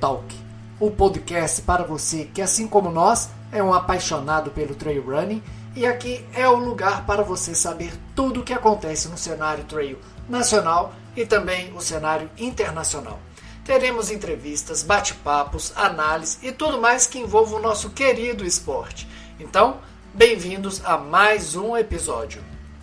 Talk, o podcast para você que, assim como nós, é um apaixonado pelo trail running, e aqui é o lugar para você saber tudo o que acontece no cenário trail nacional e também o cenário internacional. Teremos entrevistas, bate-papos, análise e tudo mais que envolva o nosso querido esporte. Então, bem-vindos a mais um episódio.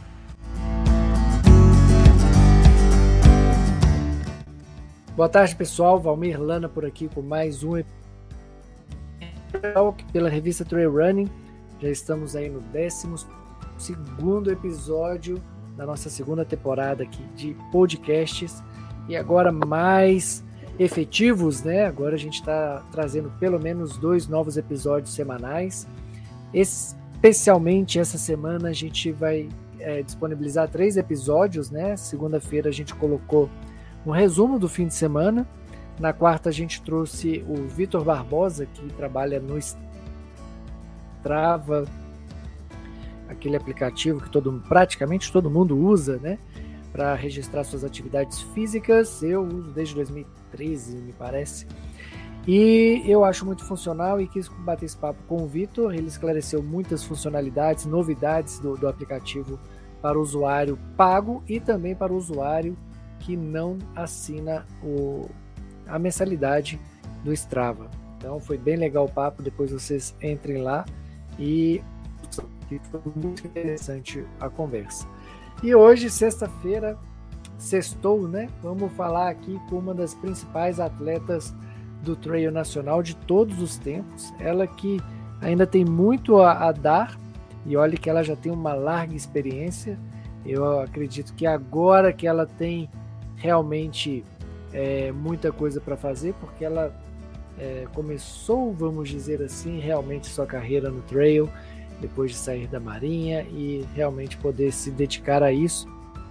Boa tarde, pessoal. Valmir Lana por aqui com mais um episódio pela revista Trail Running. Já estamos aí no 12º episódio da nossa segunda temporada aqui de podcasts. E agora mais efetivos, né? Agora a gente está trazendo pelo menos 2 novos episódios semanais. Especialmente essa semana a gente vai disponibilizar 3 episódios, né? Segunda-feira a gente colocou um resumo do fim de semana. Na quarta a gente trouxe o Vitor Barbosa, que trabalha no Strava, aquele aplicativo que praticamente todo mundo usa, né, para registrar suas atividades físicas. Eu uso desde 2013, me parece. E eu acho muito funcional e quis bater esse papo com o Vitor. Ele esclareceu muitas funcionalidades, novidades do aplicativo para o usuário pago e também para o usuário que não assina a mensalidade do Strava. Então foi bem legal o papo, depois vocês entrem lá e foi muito interessante a conversa. E hoje, sexta-feira, sextou, né? Vamos falar aqui com uma das principais atletas do trail nacional de todos os tempos, ela que ainda tem muito a dar, e olha que ela já tem uma larga experiência. Eu acredito que agora que ela tem realmente muita coisa para fazer, porque ela começou, vamos dizer assim, realmente sua carreira no trail, depois de sair da Marinha e realmente poder se dedicar a isso.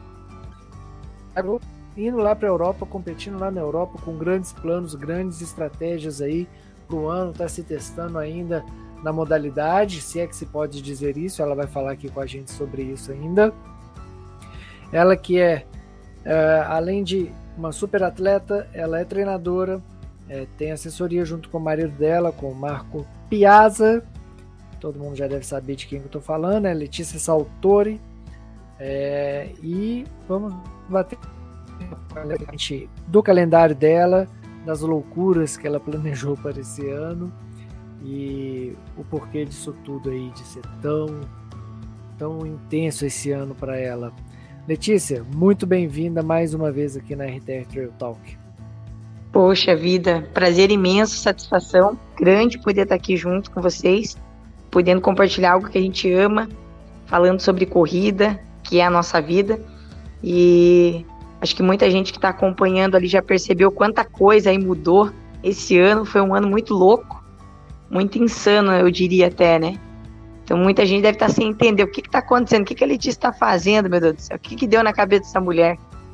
Indo lá para a Europa, competindo lá na Europa com grandes planos, grandes estratégias aí para o ano, está se testando ainda na modalidade, se é que se pode dizer isso. Ela vai falar aqui com a gente sobre isso ainda. Ela que além de uma super atleta, ela é treinadora, tem assessoria junto com o marido dela, com o Marco Piazza. Todo mundo já deve saber de quem eu estou falando, é Letícia Saltori. E vamos bater do calendário dela, das loucuras que ela planejou para esse ano e o porquê disso tudo aí, de ser tão intenso esse ano para ela. Letícia, muito bem-vinda mais uma vez aqui na RTR Trail Talk. Poxa vida, prazer imenso, satisfação grande poder estar aqui junto com vocês, podendo compartilhar algo que a gente ama, falando sobre corrida, que é a nossa vida. E acho que muita gente que está acompanhando ali já percebeu quanta coisa aí mudou. Esse ano foi um ano muito louco, muito insano, eu diria até, né? Então muita gente deve estar sem entender o que está acontecendo, o que a Letícia está fazendo, meu Deus do céu, o que deu na cabeça dessa mulher?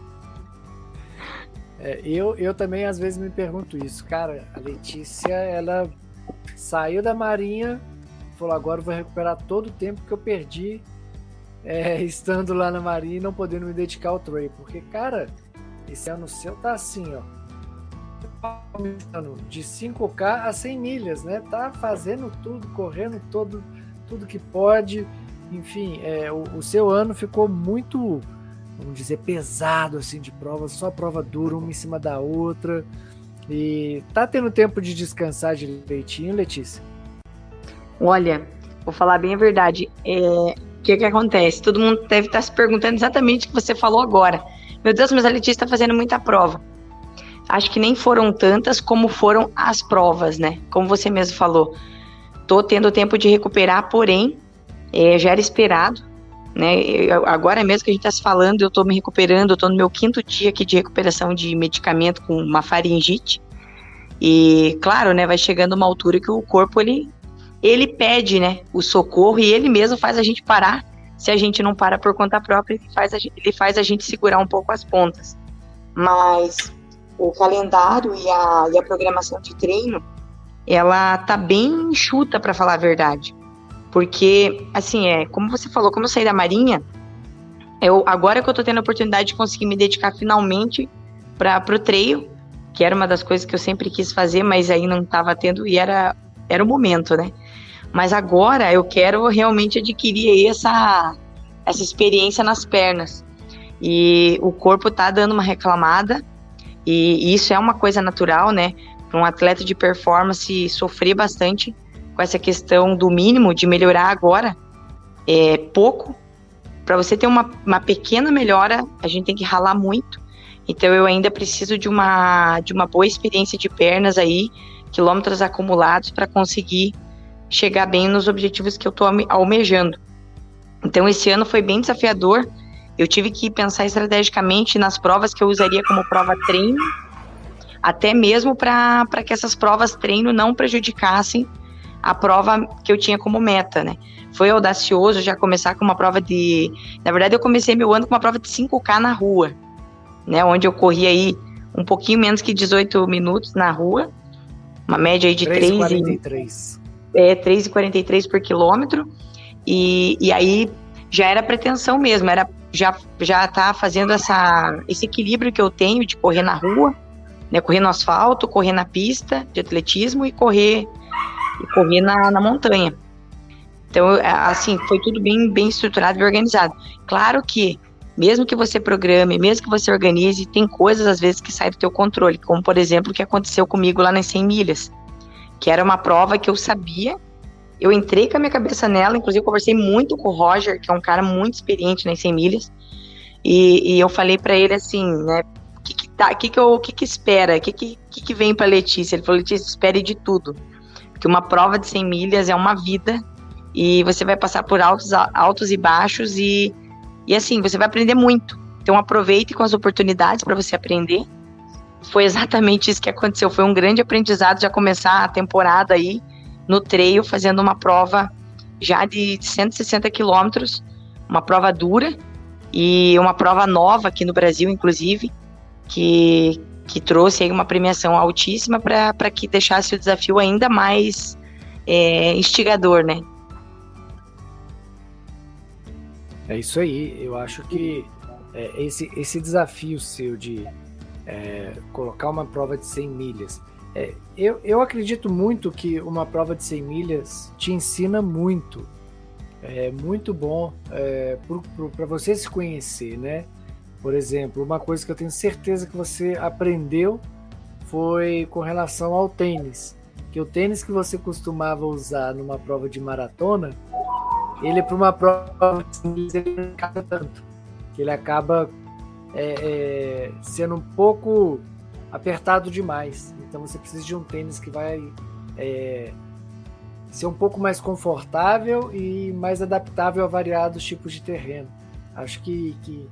Eu também às vezes me pergunto isso, cara. A Letícia, ela saiu da Marinha, falou, agora eu vou recuperar todo o tempo que eu perdi estando lá na Marinha e não podendo me dedicar ao trail, porque, cara, esse ano seu tá assim, ó, de 5K a 100 milhas, né? Tá fazendo tudo, correndo tudo que pode. Enfim, o seu ano ficou muito, vamos dizer, pesado assim, de provas, só prova dura, uma em cima da outra. E tá tendo tempo de descansar direitinho, Letícia? Olha, vou falar bem a verdade. O que acontece? Todo mundo deve estar se perguntando exatamente o que você falou agora. Meu Deus, mas a Letícia está fazendo muita prova. Acho que nem foram tantas como foram as provas, né? Como você mesmo falou. Tô tendo tempo de recuperar, porém, já era esperado, né? Agora mesmo que a gente está se falando, eu tô me recuperando, eu tô no meu 5º dia aqui de recuperação de medicamento com uma faringite. E, claro, né, vai chegando uma altura que o corpo, ele pede, né, o socorro, e ele mesmo faz a gente parar. Se a gente não para por conta própria, ele faz a gente segurar um pouco as pontas. Mas o calendário e a programação de treino, ela tá bem enxuta, para falar a verdade. Porque, assim, como você falou, como eu saí da Marinha, agora que eu tô tendo a oportunidade de conseguir me dedicar finalmente pro trail, que era uma das coisas que eu sempre quis fazer, mas aí não estava tendo, e era o momento, né? Mas agora eu quero realmente adquirir aí essa experiência nas pernas. E o corpo tá dando uma reclamada, e isso é uma coisa natural, né? Para um atleta de performance sofrer bastante com essa questão do mínimo, de melhorar agora, é pouco. Para você ter uma pequena melhora, a gente tem que ralar muito. Então eu ainda preciso de uma boa experiência de pernas aí, quilômetros acumulados, para conseguir chegar bem nos objetivos que eu estou almejando. Então esse ano foi bem desafiador. Eu tive que pensar estrategicamente nas provas que eu usaria como prova treino, até mesmo para que essas provas treino não prejudicassem a prova que eu tinha como meta, né? Foi audacioso já começar com uma prova de... Na verdade, eu comecei meu ano com uma prova de 5K na rua, né? Onde eu corri aí um pouquinho menos que 18 minutos na rua, uma média aí de 3,43. 3,43 por quilômetro, e aí já era pretensão mesmo, era já tá fazendo esse equilíbrio que eu tenho de correr na rua, né? Correr no asfalto, correr na pista de atletismo e correr na montanha. Então, assim, foi tudo bem estruturado e organizado. Claro que, mesmo que você programe, mesmo que você organize, tem coisas, às vezes, que saem do teu controle, como, por exemplo, o que aconteceu comigo lá nas 100 milhas, que era uma prova que eu sabia, eu entrei com a minha cabeça nela, inclusive eu conversei muito com o Roger, que é um cara muito experiente nas 100 milhas, e eu falei para ele assim, né, o que espera, o que vem para Letícia? Ele falou: Letícia, espere de tudo, porque uma prova de 100 milhas é uma vida, e você vai passar por altos e baixos, e assim, você vai aprender muito. Então aproveite com as oportunidades para você aprender. Foi exatamente isso que aconteceu, foi um grande aprendizado já começar a temporada aí no trail, fazendo uma prova já de 160 quilômetros, uma prova dura, e uma prova nova aqui no Brasil, inclusive, que trouxe aí uma premiação altíssima para que deixasse o desafio ainda mais instigador, né? É isso aí, eu acho que esse desafio seu de colocar uma prova de 100 milhas, eu acredito muito que uma prova de 100 milhas te ensina muito, é muito bom para você se conhecer, né? Por exemplo, uma coisa que eu tenho certeza que você aprendeu foi com relação ao tênis, que o tênis que você costumava usar numa prova de maratona, ele para uma prova de 100 milhas ele não acaba tanto, que ele acaba sendo um pouco apertado demais. Então você precisa de um tênis que vai ser um pouco mais confortável e mais adaptável a variados tipos de terreno. Acho que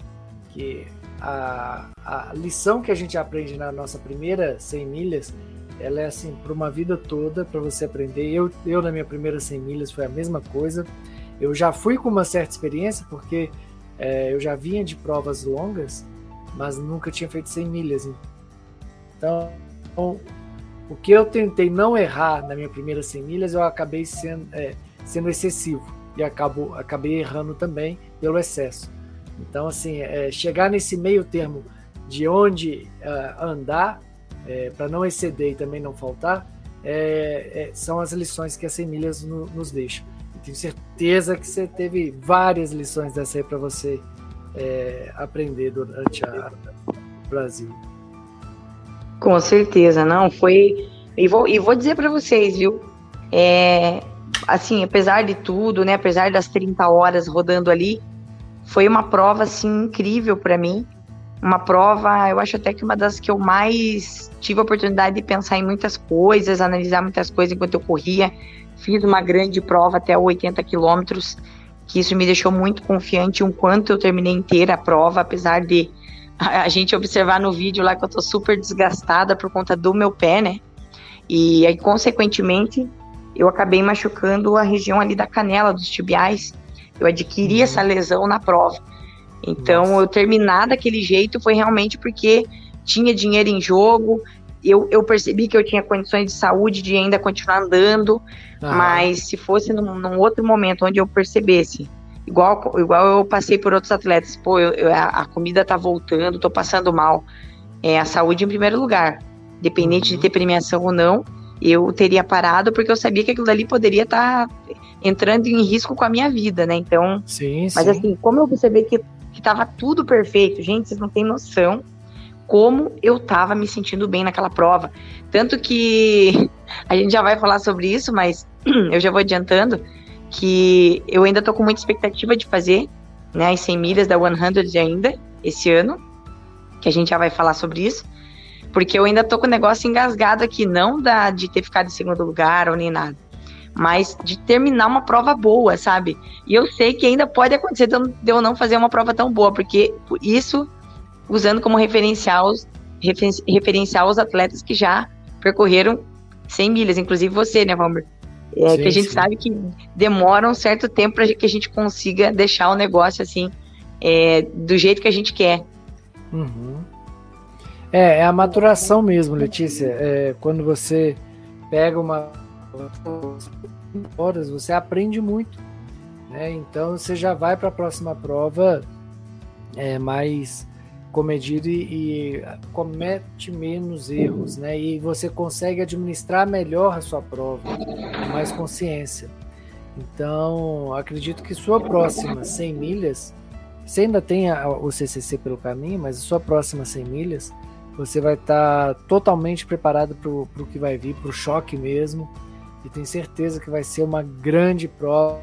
a lição que a gente aprende na nossa primeira 100 milhas, ela é assim para uma vida toda, para você aprender. Eu na minha primeira 100 milhas foi a mesma coisa. Eu já fui com uma certa experiência, porque eu já vinha de provas longas, mas nunca tinha feito 100 milhas. Então, o que eu tentei não errar na minha primeira 100 milhas, eu acabei sendo excessivo. E acabei errando também pelo excesso. Então, assim, chegar nesse meio termo de onde andar, para não exceder e também não faltar, são as lições que as 100 milhas nos deixam. Tenho certeza que você teve várias lições dessa aí para você aprender durante o Brasil. Com certeza, não, foi... E vou dizer para vocês, viu? Assim, apesar de tudo, né? Apesar das 30 horas rodando ali, foi uma prova, assim, incrível para mim. Uma prova, eu acho até que uma das que eu mais tive a oportunidade de pensar em muitas coisas, analisar muitas coisas enquanto eu corria. Fiz uma grande prova até 80 quilômetros, que isso me deixou muito confiante o quanto eu terminei inteira a prova, apesar de a gente observar no vídeo lá que eu tô super desgastada por conta do meu pé, né? E aí, consequentemente, eu acabei machucando a região ali da canela, dos tibiais. Eu adquiri essa lesão na prova. Então, eu terminar daquele jeito foi realmente porque tinha dinheiro em jogo. Eu percebi que eu tinha condições de saúde de ainda continuar andando, mas se fosse num outro momento onde eu percebesse, igual eu passei por outros atletas, a comida tá voltando, tô passando mal, a saúde em primeiro lugar. Independente de ter premiação ou não, eu teria parado, porque eu sabia que aquilo dali poderia estar entrando em risco com a minha vida, né? Então, mas assim, como eu observei que estava tudo perfeito, gente, vocês não têm noção como eu estava me sentindo bem naquela prova. Tanto que a gente já vai falar sobre isso, mas eu já vou adiantando que eu ainda tô com muita expectativa de fazer, né, as 100 milhas da 100 ainda, esse ano, que a gente já vai falar sobre isso, porque eu ainda tô com o negócio engasgado aqui, não de ter ficado em segundo lugar ou nem nada, mas de terminar uma prova boa, sabe? E eu sei que ainda pode acontecer de eu não fazer uma prova tão boa, porque isso, usando como referencial os atletas que já percorreram 100 milhas, inclusive você, né, Valmir? Que a gente sabe que demora um certo tempo para que a gente consiga deixar o negócio assim, do jeito que a gente quer. Uhum. É a maturação mesmo, Letícia. Quando você pega uma horas, você aprende muito, né? Então você já vai para a próxima prova mais comedido e comete menos erros, né? E você consegue administrar melhor a sua prova, com mais consciência. Então, acredito que sua próxima 100 milhas, você ainda tem o CCC pelo caminho, mas a sua próxima 100 milhas, você vai estar totalmente preparado para o que vai vir, para o choque mesmo, e tenho certeza que vai ser uma grande prova,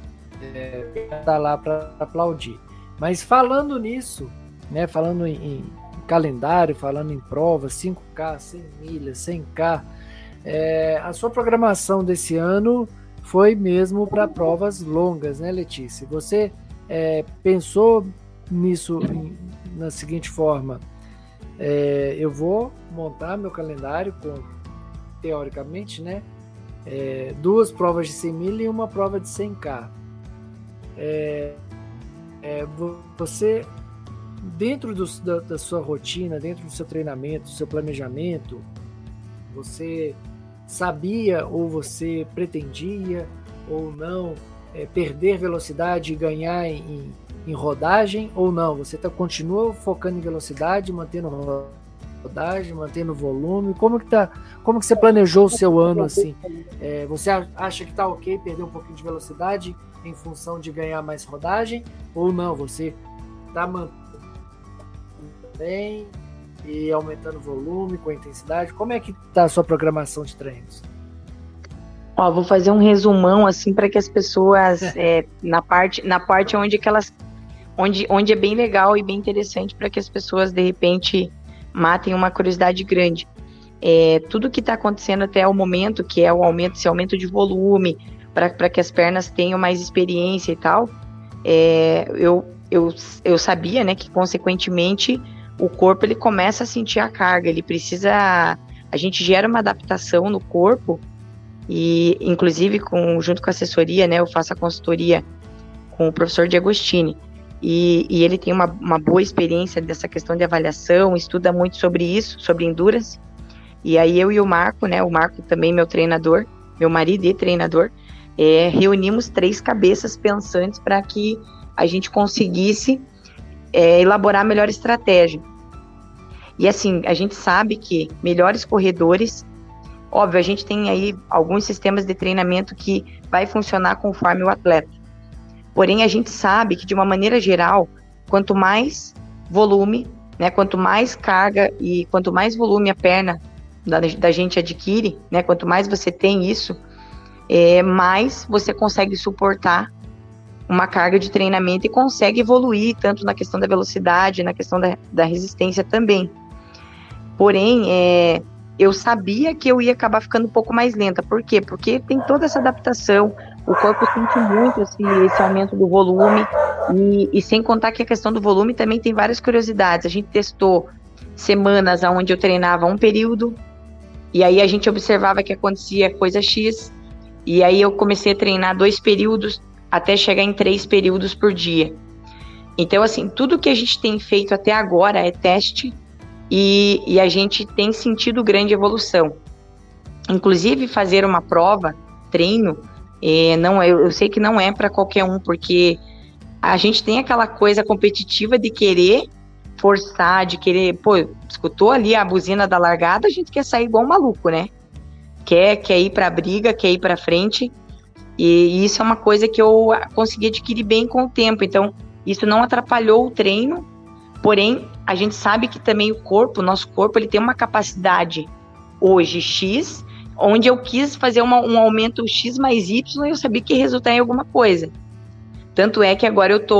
tá lá para aplaudir. Mas falando nisso, né, falando em calendário, falando em provas, 5K, 100 milhas, 100K, a sua programação desse ano foi mesmo para provas longas, né, Letícia? Você pensou nisso na seguinte forma: eu vou montar meu calendário com, teoricamente, né, 2 provas de 100 milhas e uma prova de 100K. Você, dentro da sua rotina, dentro do seu treinamento, do seu planejamento, você sabia ou você pretendia ou não perder velocidade e ganhar em rodagem, ou não? Você continua focando em velocidade, mantendo rodagem, mantendo volume? Como que você planejou o seu ano assim? Você acha que tá ok perder um pouquinho de velocidade em função de ganhar mais rodagem, ou não? Você tá mantendo bem e aumentando o volume com a intensidade? Como é que tá a sua programação de treinos? Vou fazer um resumão assim para que as pessoas na parte onde é bem legal e bem interessante, para que as pessoas de repente matem uma curiosidade grande. Tudo que está acontecendo até o momento, que é esse aumento de volume, para que as pernas tenham mais experiência e tal, eu sabia, né, que consequentemente o corpo ele começa a sentir a carga, a gente gera uma adaptação no corpo, e inclusive junto com a assessoria, né, eu faço a consultoria com o professor Diagostini, e ele tem uma boa experiência dessa questão de avaliação, estuda muito sobre isso, sobre endurance, e aí eu e o Marco, né, o Marco também meu treinador, meu marido e treinador, reunimos 3 cabeças pensantes para que a gente conseguisse elaborar a melhor estratégia. E assim, a gente sabe que melhores corredores, óbvio, a gente tem aí alguns sistemas de treinamento que vai funcionar conforme o atleta. Porém, a gente sabe que, de uma maneira geral, quanto mais volume, né, quanto mais carga e quanto mais volume a perna da gente adquire, né, quanto mais você tem isso, mais você consegue suportar uma carga de treinamento e consegue evoluir tanto na questão da velocidade, na questão da resistência também. Porém, eu sabia que eu ia acabar ficando um pouco mais lenta. Por quê? Porque tem toda essa adaptação, o corpo sente muito esse aumento do volume, e sem contar que a questão do volume também tem várias curiosidades. A gente testou semanas onde eu treinava um período, e aí a gente observava que acontecia coisa X, e aí eu comecei a treinar 2 períodos, até chegar em 3 períodos por dia. Então, assim, tudo que a gente tem feito até agora é teste, e a gente tem sentido grande evolução. Inclusive, fazer uma prova, treino, eu sei que não é para qualquer um, porque a gente tem aquela coisa competitiva de querer forçar, de querer, pô, escutou ali a buzina da largada, a gente quer sair igual um maluco, né? Quer ir pra briga, quer ir pra frente, e isso é uma coisa que eu consegui adquirir bem com o tempo, então isso não atrapalhou o treino, porém, a gente sabe que também o nosso corpo, ele tem uma capacidade hoje X, onde eu quis fazer um aumento X mais Y, e eu sabia que ia resultar em alguma coisa. Tanto é que agora eu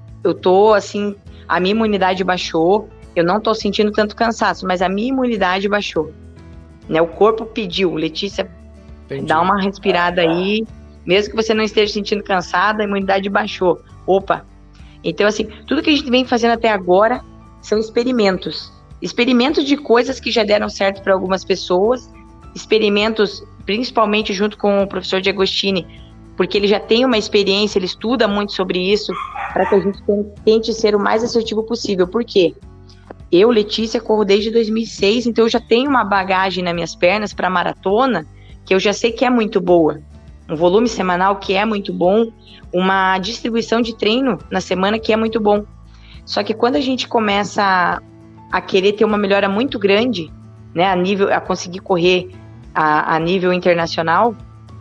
tô assim, a minha imunidade baixou, eu não tô sentindo tanto cansaço, mas a minha imunidade baixou. Né? O corpo pediu, Letícia, Entendi. dá uma respirada aí, mesmo que você não esteja sentindo cansada, a imunidade baixou. Opa! Então, assim, tudo que a gente vem fazendo até agora são experimentos. Experimentos de coisas que já deram certo para algumas pessoas, experimentos, principalmente junto com o professor De Agostini, porque ele já tem uma experiência, ele estuda muito sobre isso, para que a gente tente ser o mais assertivo possível. Por quê? Eu, Letícia, corro desde 2006, então eu já tenho uma bagagem nas minhas pernas para maratona, que eu já sei que é muito boa. Um volume semanal que é muito bom, uma distribuição de treino na semana que é muito bom. Só que quando a gente começa a querer ter uma melhora muito grande, né, a conseguir correr a nível internacional,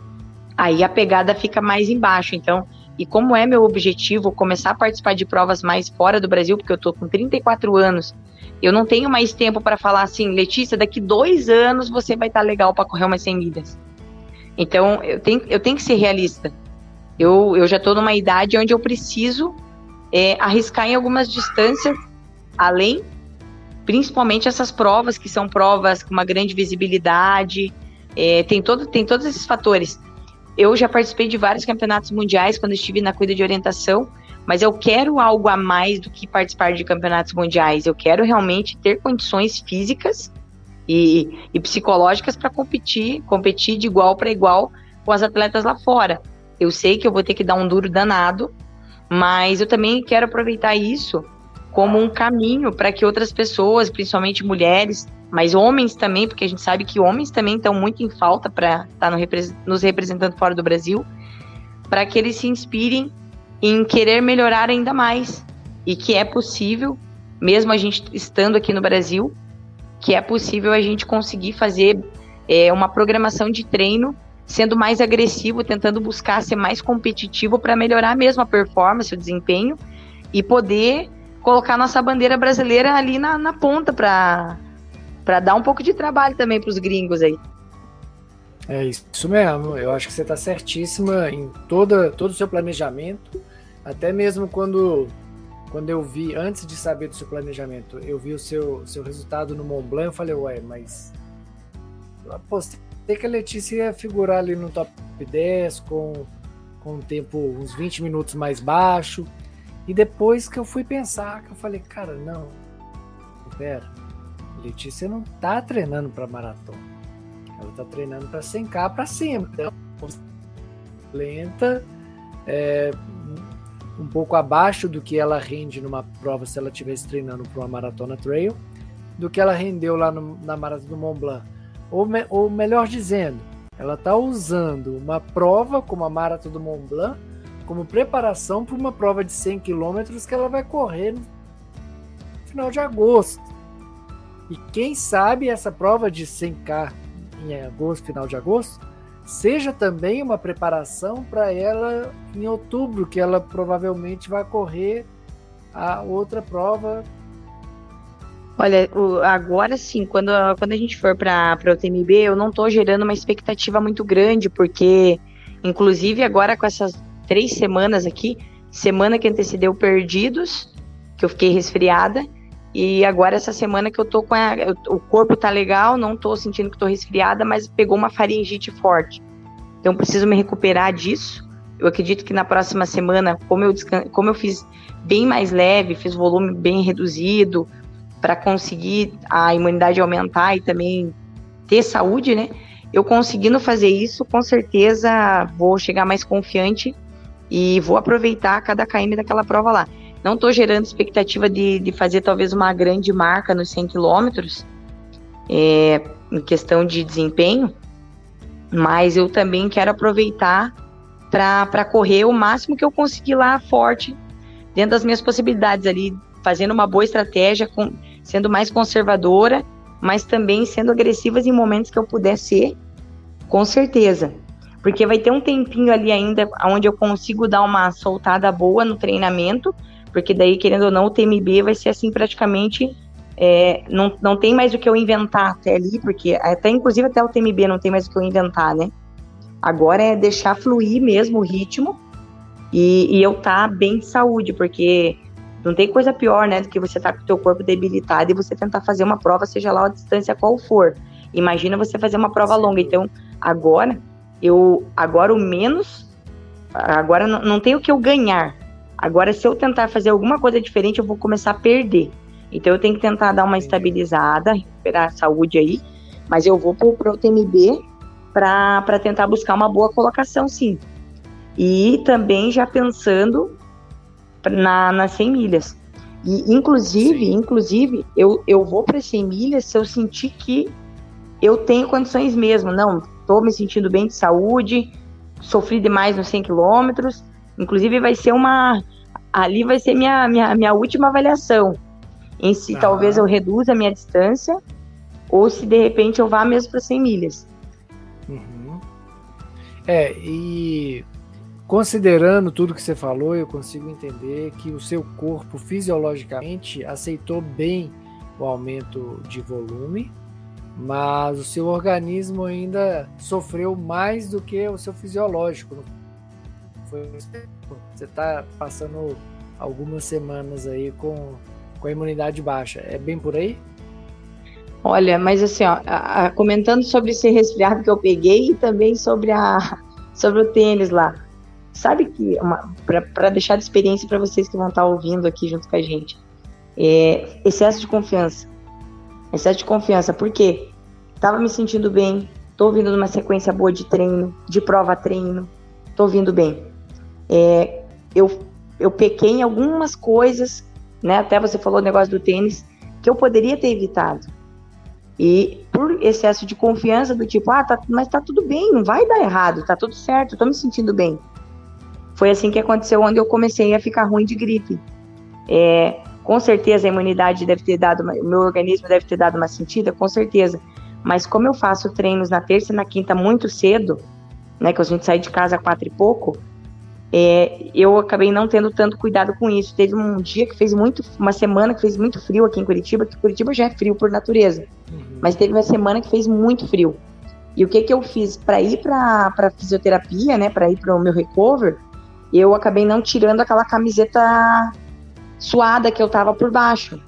aí a pegada fica mais embaixo. Então, e como é meu objetivo começar a participar de provas mais fora do Brasil, porque eu tô com 34 anos, eu não tenho mais tempo para falar assim, Letícia, daqui 2 anos você vai estar legal para correr umas 100 milhas. Então, eu tenho que ser realista. Eu já estou numa idade onde eu preciso arriscar em algumas distâncias, além, principalmente essas provas, que são provas com uma grande visibilidade, tem todos esses fatores. Eu já participei de vários campeonatos mundiais quando estive na cuida de orientação, mas eu quero algo a mais do que participar de campeonatos mundiais. Eu quero realmente ter condições físicas e psicológicas para competir de igual para igual com as atletas lá fora. Eu sei que eu vou ter que dar um duro danado, mas eu também quero aproveitar isso como um caminho para que outras pessoas, principalmente mulheres, mas homens também, porque a gente sabe que homens também estão muito em falta para estar nos representando fora do Brasil, para que eles se inspirem em querer melhorar ainda mais, e que é possível, mesmo a gente estando aqui no Brasil, que é possível a gente conseguir fazer uma programação de treino sendo mais agressivo, tentando buscar ser mais competitivo para melhorar mesmo a performance, o desempenho, e poder colocar nossa bandeira brasileira ali na ponta para dar um pouco de trabalho também para os gringos aí. É isso mesmo, eu acho que você está certíssima em todo o seu planejamento, até mesmo quando eu vi, antes de saber do seu planejamento, eu vi o seu resultado no Mont Blanc, eu falei, ué, mas eu apostei que a Letícia ia figurar ali no top 10 com um tempo uns 20 minutos mais baixo, e depois que eu fui pensar, que eu falei, cara, não, pera, Letícia não tá treinando para maratona, ela tá treinando para 100K para cima, então lenta, um pouco abaixo do que ela rende numa prova se ela estivesse treinando para uma maratona trail, do que ela rendeu lá na maratona do Mont Blanc, ou melhor dizendo, ela tá usando uma prova como a maratona do Mont Blanc como preparação para uma prova de 100 km que ela vai correr no final de agosto. E quem sabe essa prova de 100K em agosto, final de agosto, seja também uma preparação para ela em outubro, que ela provavelmente vai correr a outra prova. Olha, agora sim, quando a gente for para o TMB, eu não estou gerando uma expectativa muito grande, porque, inclusive, agora com essas 3 semanas aqui, semana que antecedeu Perdidos, que eu fiquei resfriada, e agora essa semana que eu tô o corpo tá legal, não tô sentindo que tô resfriada, mas pegou uma faringite forte. Então preciso me recuperar disso. Eu acredito que na próxima semana, como eu fiz bem mais leve, fiz volume bem reduzido, para conseguir a imunidade aumentar e também ter saúde, né? Eu conseguindo fazer isso, com certeza vou chegar mais confiante e vou aproveitar cada km daquela prova lá. Não estou gerando expectativa de fazer talvez uma grande marca nos 100 quilômetros, em questão de desempenho, mas eu também quero aproveitar para correr o máximo que eu conseguir lá forte, dentro das minhas possibilidades ali, fazendo uma boa estratégia, sendo mais conservadora, mas também sendo agressivas em momentos que eu puder ser, com certeza. Porque vai ter um tempinho ali ainda onde eu consigo dar uma soltada boa no treinamento, porque daí, querendo ou não, o TMB vai ser assim praticamente, não tem mais o que eu inventar até ali, porque inclusive até o TMB não tem mais o que eu inventar, né? Agora é deixar fluir mesmo o ritmo e eu tá bem de saúde, porque não tem coisa pior, né, do que você tá com o teu corpo debilitado e você tentar fazer uma prova, seja lá a distância qual for. Imagina você fazer uma prova longa. Então, agora não tem o que eu ganhar. Agora, se eu tentar fazer alguma coisa diferente, eu vou começar a perder. Então, eu tenho que tentar dar uma estabilizada, recuperar a saúde aí, mas eu vou pro TMB para tentar buscar uma boa colocação, sim. E também já pensando nas 100 milhas. E, inclusive eu vou para 100 milhas se eu sentir que eu tenho condições mesmo. Não, estou me sentindo bem de saúde, sofri demais nos 100 quilômetros. Inclusive ali vai ser minha última avaliação. Em se talvez eu reduza a minha distância ou se de repente eu vá mesmo para 100 milhas. Uhum. E considerando tudo que você falou, eu consigo entender que o seu corpo fisiologicamente aceitou bem o aumento de volume, mas o seu organismo ainda sofreu mais do que o seu fisiológico. Você está passando algumas semanas aí com a imunidade baixa. É bem por aí? Olha, mas assim, comentando sobre esse resfriado que eu peguei e também sobre o tênis lá. Sabe que, para deixar de experiência para vocês que vão estar ouvindo aqui junto com a gente, excesso de confiança. Excesso de confiança, porque estava me sentindo bem, estou vindo numa sequência boa de treino, de prova-treino, estou vindo bem. Eu pequei em algumas coisas, né? Até você falou o negócio do tênis, que eu poderia ter evitado. E por excesso de confiança, do tipo, mas tá tudo bem, não vai dar errado, tá tudo certo, tô me sentindo bem. Foi assim que aconteceu, onde eu comecei a ficar ruim de gripe. Com certeza a imunidade deve ter dado, o meu organismo deve ter dado uma sentida, com certeza. Mas como eu faço treinos na terça e na quinta muito cedo, né, que a gente sai de casa às 4 e pouco, eu acabei não tendo tanto cuidado com isso. Teve um dia que uma semana que fez muito frio aqui em Curitiba, que Curitiba já é frio por natureza, mas teve uma semana que fez muito frio. E o que eu fiz para ir para fisioterapia, né, para ir para o meu recover, eu acabei não tirando aquela camiseta suada que eu tava por baixo.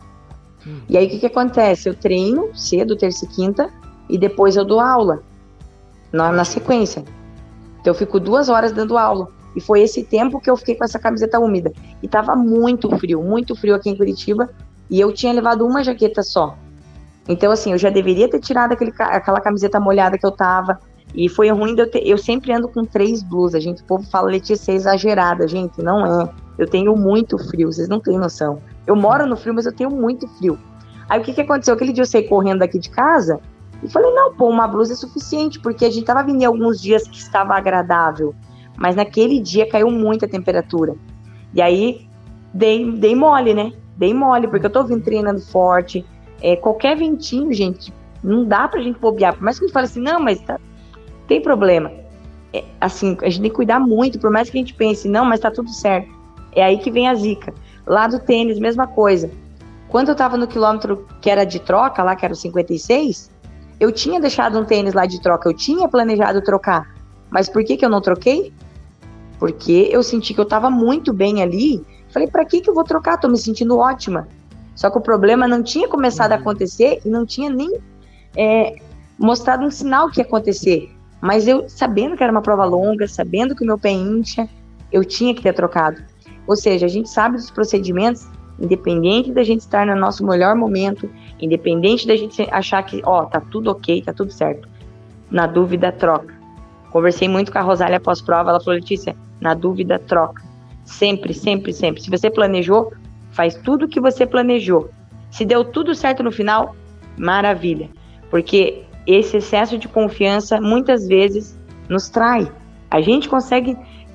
E aí o que acontece? Eu treino cedo, terça e quinta, e depois eu dou aula na sequência. Então eu fico 2 horas dando aula. E foi esse tempo que eu fiquei com essa camiseta úmida. E tava muito frio aqui em Curitiba, e eu tinha levado uma jaqueta só. Então assim, eu já deveria ter tirado aquela camiseta molhada que eu tava. E foi ruim eu sempre ando com 3 blusas, gente. O povo fala, Letícia, você é exagerada, gente. Não é. Eu tenho muito frio, vocês não têm noção. Eu moro no frio, mas eu tenho muito frio. Aí o que aconteceu? Aquele dia eu saí correndo daqui de casa e falei, não, uma blusa é suficiente, porque a gente tava vindo em alguns dias que estava agradável, mas naquele dia caiu muito a temperatura. E aí dei mole, né? Dei mole, porque eu tô vindo treinando forte. Qualquer ventinho, gente, não dá pra gente bobear. Por mais que a gente fale assim, não, mas tem problema. Assim, a gente tem que cuidar muito, por mais que a gente pense, não, mas tá tudo certo. É aí que vem a zica. Lá do tênis, mesma coisa. Quando eu tava no quilômetro que era de troca, lá que era o 56, eu tinha deixado um tênis lá de troca, eu tinha planejado trocar. Mas por que eu não troquei? Porque eu senti que eu tava muito bem ali. Falei, pra que eu vou trocar? Tô me sentindo ótima. Só que o problema não tinha começado a acontecer e não tinha nem mostrado um sinal que ia acontecer. Mas eu, sabendo que era uma prova longa, sabendo que o meu pé incha, eu tinha que ter trocado. Ou seja, a gente sabe dos procedimentos, independente da gente estar no nosso melhor momento, independente da gente achar que, tá tudo ok, tá tudo certo. Na dúvida, troca. Conversei muito com a Rosália pós-prova, ela falou, Letícia, na dúvida, troca. Sempre, sempre, sempre. Se você planejou, faz tudo o que você planejou. Se deu tudo certo no final, maravilha. Porque esse excesso de confiança, muitas vezes, nos trai. A gente consegue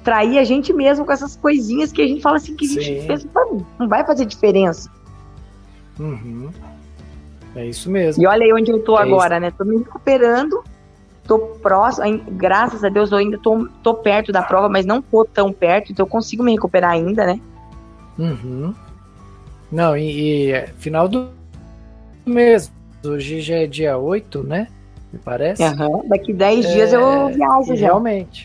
trair a gente mesmo com essas coisinhas que a gente fala assim, que a gente pensa, não vai fazer diferença. Uhum. É isso mesmo. E olha aí onde eu tô agora, né? Tô me recuperando, tô próximo, graças a Deus eu ainda tô perto da prova, mas não tô tão perto, então eu consigo me recuperar ainda, né? Uhum. Não, final do mês, hoje já é dia 8, né? Me parece. Uhum. Daqui 10 dias eu viajo já. Realmente.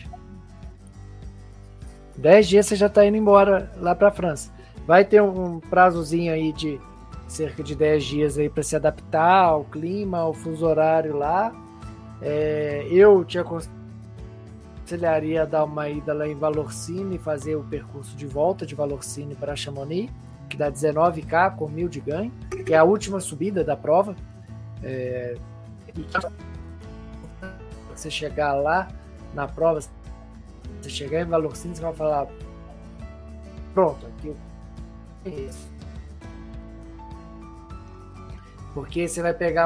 10 dias você já tá indo embora lá pra França. Vai ter um prazozinho aí de cerca de 10 dias aí para se adaptar ao clima, ao fuso horário lá. Eu te aconselharia a dar uma ida lá em Vallorcine e fazer o percurso de volta de Vallorcine para Chamonix, que dá 19K com 1.000 de ganho, que é a última subida da prova. E você chegar lá na prova, você chegar em Vallorcine, você vai falar: pronto, aqui eu conheço. Porque você vai pegar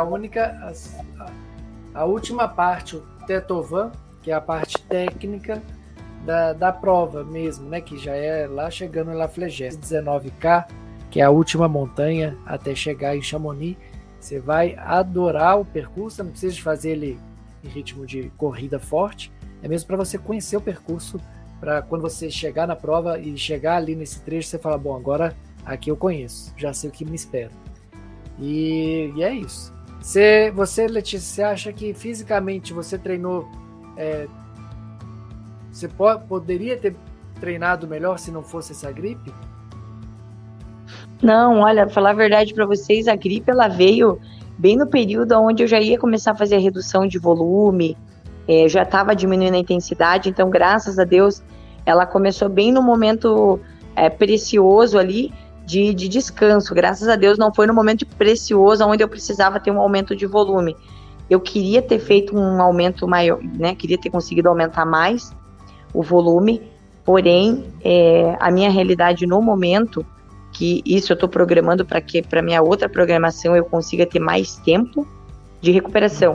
a última parte, o Tetovan, que é a parte técnica da prova mesmo, né? Que já é lá chegando em La Flégère. 19K, que é a última montanha até chegar em Chamonix. Você vai adorar o percurso, você não precisa de fazer ele em ritmo de corrida forte. É mesmo para você conhecer o percurso, para quando você chegar na prova e chegar ali nesse trecho, você fala: bom, agora aqui eu conheço, já sei o que me espera. E é isso. Você, Letícia, você acha que fisicamente você treinou? Você poderia ter treinado melhor se não fosse essa gripe? Não, olha, pra falar a verdade para vocês, a gripe ela veio bem no período onde eu já ia começar a fazer a redução de volume, já estava diminuindo a intensidade, então graças a Deus ela começou bem no momento precioso ali de descanso. Graças a Deus não foi no momento precioso onde eu precisava ter um aumento de volume. Eu queria ter feito um aumento maior, né? Queria ter conseguido aumentar mais o volume, porém a minha realidade no momento, que isso eu estou programando para que para minha outra programação eu consiga ter mais tempo de recuperação.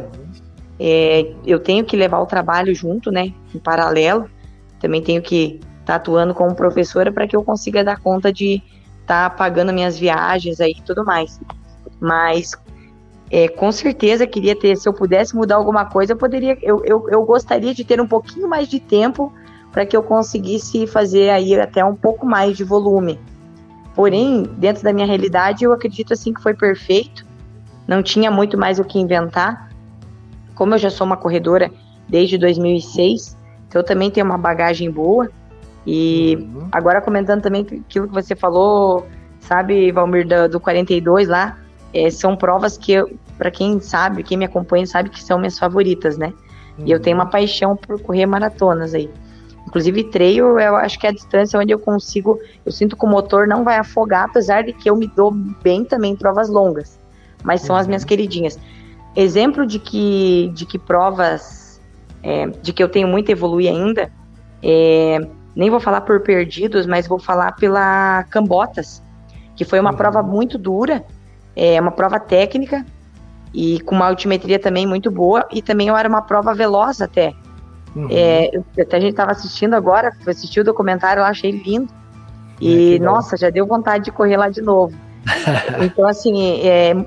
Eu tenho que levar o trabalho junto, né? Em paralelo, também tenho que estar atuando como professora para que eu consiga dar conta de tá pagando minhas viagens aí e tudo mais. Mas com certeza queria ter, se eu pudesse mudar alguma coisa, eu gostaria de ter um pouquinho mais de tempo para que eu conseguisse fazer aí até um pouco mais de volume. Porém, dentro da minha realidade, eu acredito assim que foi perfeito. Não tinha muito mais o que inventar. Como eu já sou uma corredora desde 2006, então eu também tenho uma bagagem boa. E agora comentando também aquilo que você falou, sabe, Valmir, do 42 lá, são provas que, para quem sabe, quem me acompanha sabe que são minhas favoritas, né? E eu tenho uma paixão por correr maratonas aí. Inclusive trail, eu acho que é a distância onde eu sinto que o motor não vai afogar, apesar de que eu me dou bem também em provas longas, mas são as minhas queridinhas. Exemplo de que provas, de que eu tenho muito a evoluir ainda, nem vou falar por perdidos, mas vou falar pela Cambotas, que foi uma prova muito dura, uma prova técnica e com uma altimetria também muito boa, e também era uma prova veloz até. Até a gente estava assistindo agora, assisti o documentário, eu achei lindo, e nossa, já deu vontade de correr lá de novo. Então assim,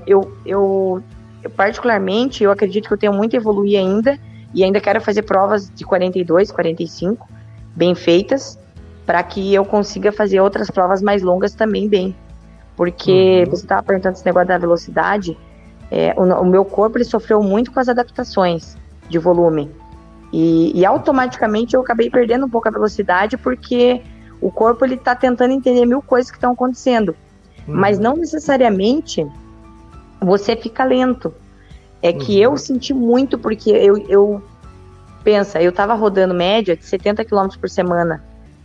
eu particularmente, eu acredito que eu tenho muito a evoluir ainda, e ainda quero fazer provas de 42, 45, bem feitas, para que eu consiga fazer outras provas mais longas também bem. Porque você estava perguntando esse negócio da velocidade, o meu corpo ele sofreu muito com as adaptações de volume. E automaticamente eu acabei perdendo um pouco a velocidade, porque o corpo ele está tentando entender mil coisas que estão acontecendo. Mas não necessariamente você fica lento. Que eu senti muito, porque eu estava rodando média de 70 km por semana.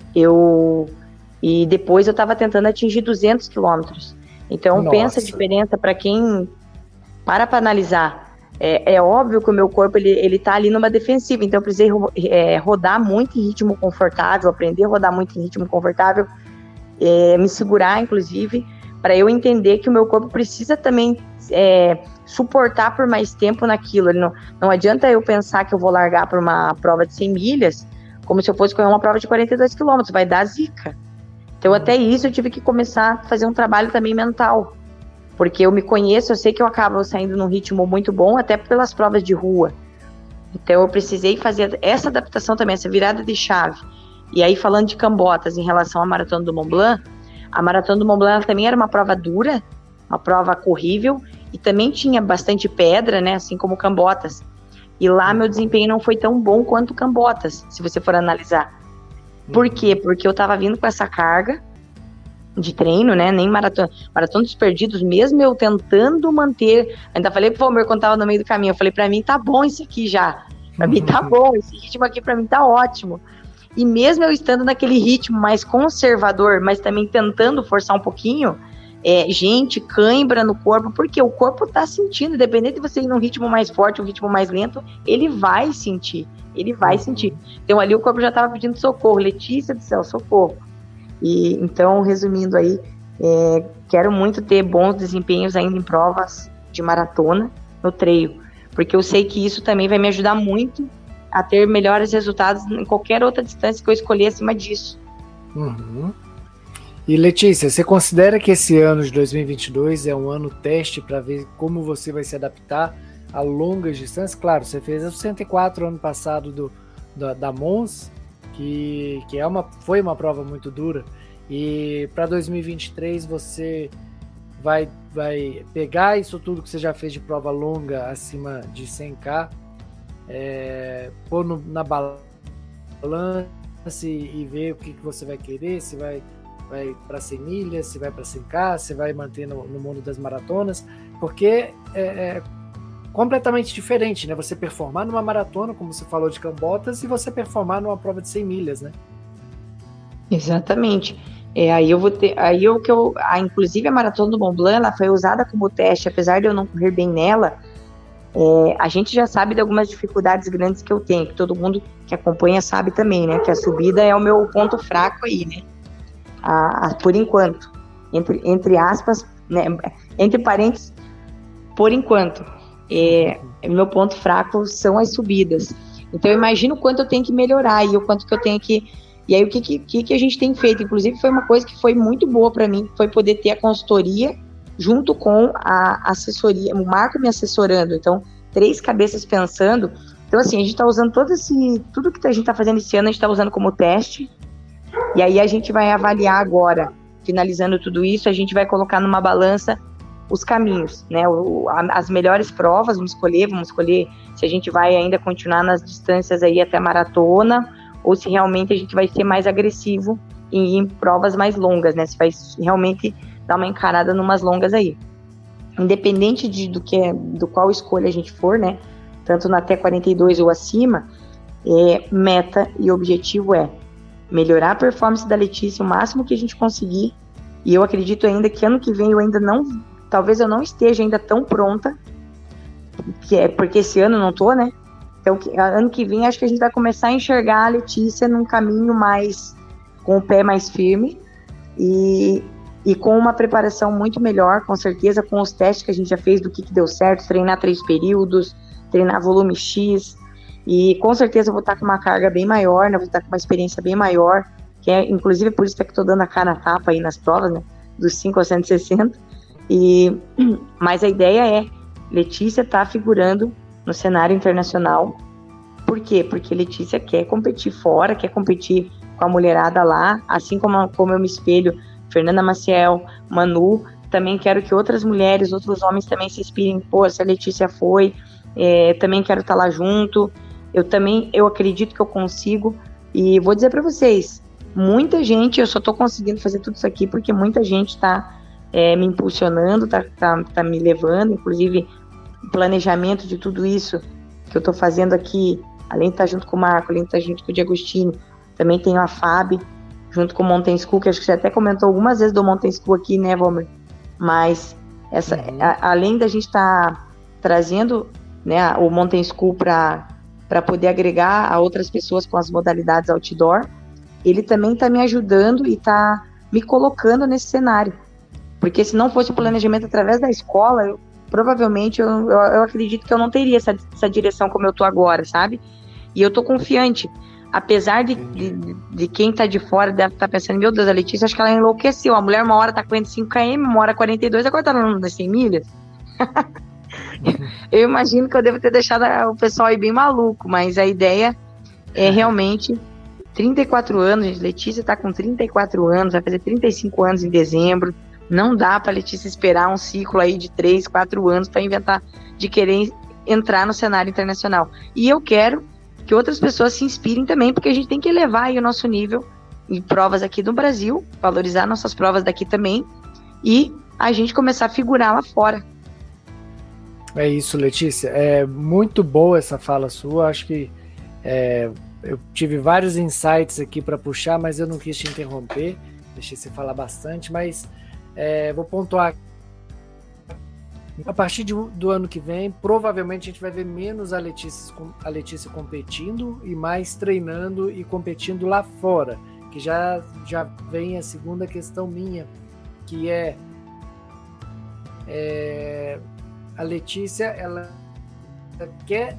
E depois eu estava tentando atingir 200 km. Então, pensa a diferença para quem para analisar. É óbvio que o meu corpo ele tá ali numa defensiva, então eu precisei rodar muito em ritmo confortável, aprender a rodar muito em ritmo confortável, me segurar, inclusive, para eu entender que o meu corpo precisa também suportar por mais tempo naquilo. Não adianta eu pensar que eu vou largar para uma prova de 100 milhas, como se eu fosse correr uma prova de 42 quilômetros, vai dar zica. Então, até isso, eu tive que começar a fazer um trabalho também mental, porque eu me conheço, eu sei que eu acabo saindo num ritmo muito bom, até pelas provas de rua. Então, eu precisei fazer essa adaptação também, essa virada de chave. E aí, falando de Cambotas, em relação à Maratona do Mont Blanc, a Maratona do Mont Blanc também era uma prova dura, uma prova corrível, e também tinha bastante pedra, né, assim como Cambotas. E lá meu desempenho não foi tão bom quanto Cambotas, se você for analisar. Por quê? Porque eu tava vindo com essa carga de treino, né, nem maratona dos perdidos, mesmo eu tentando manter, ainda falei pro Valmer quando tava no meio do caminho, eu falei, pra mim tá bom isso aqui já, pra mim tá bom, esse ritmo aqui pra mim tá ótimo. E mesmo eu estando naquele ritmo mais conservador, mas também tentando forçar um pouquinho, gente, cãibra no corpo, porque o corpo tá sentindo, independente de você ir num ritmo mais forte, um ritmo mais lento, ele vai sentir. Então ali o corpo já tava pedindo socorro, Letícia do céu, socorro. E então, resumindo aí, quero muito ter bons desempenhos ainda em provas de maratona no trail, porque eu sei que isso também vai me ajudar muito a ter melhores resultados em qualquer outra distância que eu escolher acima disso. Uhum. E Letícia, você considera que esse ano de 2022 é um ano teste para ver como você vai se adaptar a longas distâncias? Claro, você fez o 104 ano passado da Mons, que foi uma prova muito dura, e para 2023 você vai pegar isso tudo que você já fez de prova longa acima de 100K, pôr na balança e ver o que você vai querer, se vai para 100 milhas, se vai para 100K, se vai manter no mundo das maratonas, porque é completamente diferente, né? Você performar numa maratona, como você falou de Cambotas, e você performar numa prova de 100 milhas, né? Exatamente. Inclusive a Maratona do Mont Blanc, ela foi usada como teste, apesar de eu não correr bem nela, a gente já sabe de algumas dificuldades grandes que eu tenho, que todo mundo que acompanha sabe também, né? Que a subida é o meu ponto fraco aí, né? Por enquanto, entre aspas, né? Entre parênteses, por enquanto, meu ponto fraco são as subidas. Então eu imagino o quanto eu tenho que melhorar e o quanto que eu tenho que... E aí o que a gente tem feito? Inclusive foi uma coisa que foi muito boa para mim, foi poder ter a consultoria junto com a assessoria, o Marco me assessorando, então 3 cabeças pensando. Então assim, a gente está usando tudo que a gente está fazendo esse ano, a gente está usando como teste, e aí a gente vai avaliar agora, finalizando tudo isso, a gente vai colocar numa balança os caminhos, né, as melhores provas, vamos escolher se a gente vai ainda continuar nas distâncias aí até maratona, ou se realmente a gente vai ser mais agressivo em provas mais longas, né, se vai realmente dar uma encarada numas longas aí. Independente do qual escolha a gente for, né, tanto na até 42 ou acima, meta e objetivo é melhorar a performance da Letícia o máximo que a gente conseguir, e eu acredito ainda que ano que vem talvez eu não esteja ainda tão pronta, porque esse ano eu não tô, né, então ano que vem acho que a gente vai começar a enxergar a Letícia num caminho com o pé mais firme, e com uma preparação muito melhor, com certeza, com os testes que a gente já fez do que deu certo, treinar 3 períodos, treinar volume X, e com certeza eu vou estar com uma carga bem maior, né? Vou estar com uma experiência bem maior, que inclusive por isso que eu estou dando a cara a tapa aí nas provas, né? Dos 5 a 160, mas a ideia Letícia tá figurando no cenário internacional. Por quê? Porque Letícia quer competir fora, quer competir com a mulherada lá, assim como eu me espelho Fernanda Maciel, Manu, também quero que outras mulheres, outros homens também se inspirem, se a Letícia foi, também quero estar lá junto, eu acredito que eu consigo, e vou dizer para vocês, muita gente, eu só tô conseguindo fazer tudo isso aqui porque muita gente tá me impulsionando, tá me levando, inclusive o planejamento de tudo isso que eu tô fazendo aqui, além de estar junto com o Marco, além de estar junto com o Diagostino, também tenho a Fábio, junto com o Mountain School, que acho que você até comentou algumas vezes do Mountain School aqui, né, Valmer? Mas além da gente estar trazendo, né, o Mountain School para poder agregar a outras pessoas com as modalidades outdoor, ele também está me ajudando e está me colocando nesse cenário. Porque se não fosse o planejamento através da escola, provavelmente eu acredito que eu não teria essa direção como eu estou agora, sabe? E eu estou confiante. Apesar de quem tá de fora deve estar pensando, meu Deus, a Letícia, acho que ela enlouqueceu. A mulher uma hora tá 45 km, uma hora 42, agora tá nas 100 milhas. Eu imagino que eu devo ter deixado o pessoal aí bem maluco, mas a ideia é realmente 34 anos, gente. Letícia tá com 34 anos, vai fazer 35 anos em dezembro. Não dá pra Letícia esperar um ciclo aí de 3, 4 anos para inventar de querer entrar no cenário internacional. E eu quero que outras pessoas se inspirem também, porque a gente tem que elevar aí o nosso nível em provas aqui no Brasil, valorizar nossas provas daqui também, e a gente começar a figurar lá fora. É isso, Letícia. É muito boa essa fala sua. Acho que eu tive vários insights aqui para puxar, mas eu não quis te interromper. Deixei você falar bastante, mas vou pontuar. A partir do ano que vem, provavelmente a gente vai ver menos a Letícia competindo e mais treinando e competindo lá fora, que já vem a segunda questão minha, que a Letícia, ela quer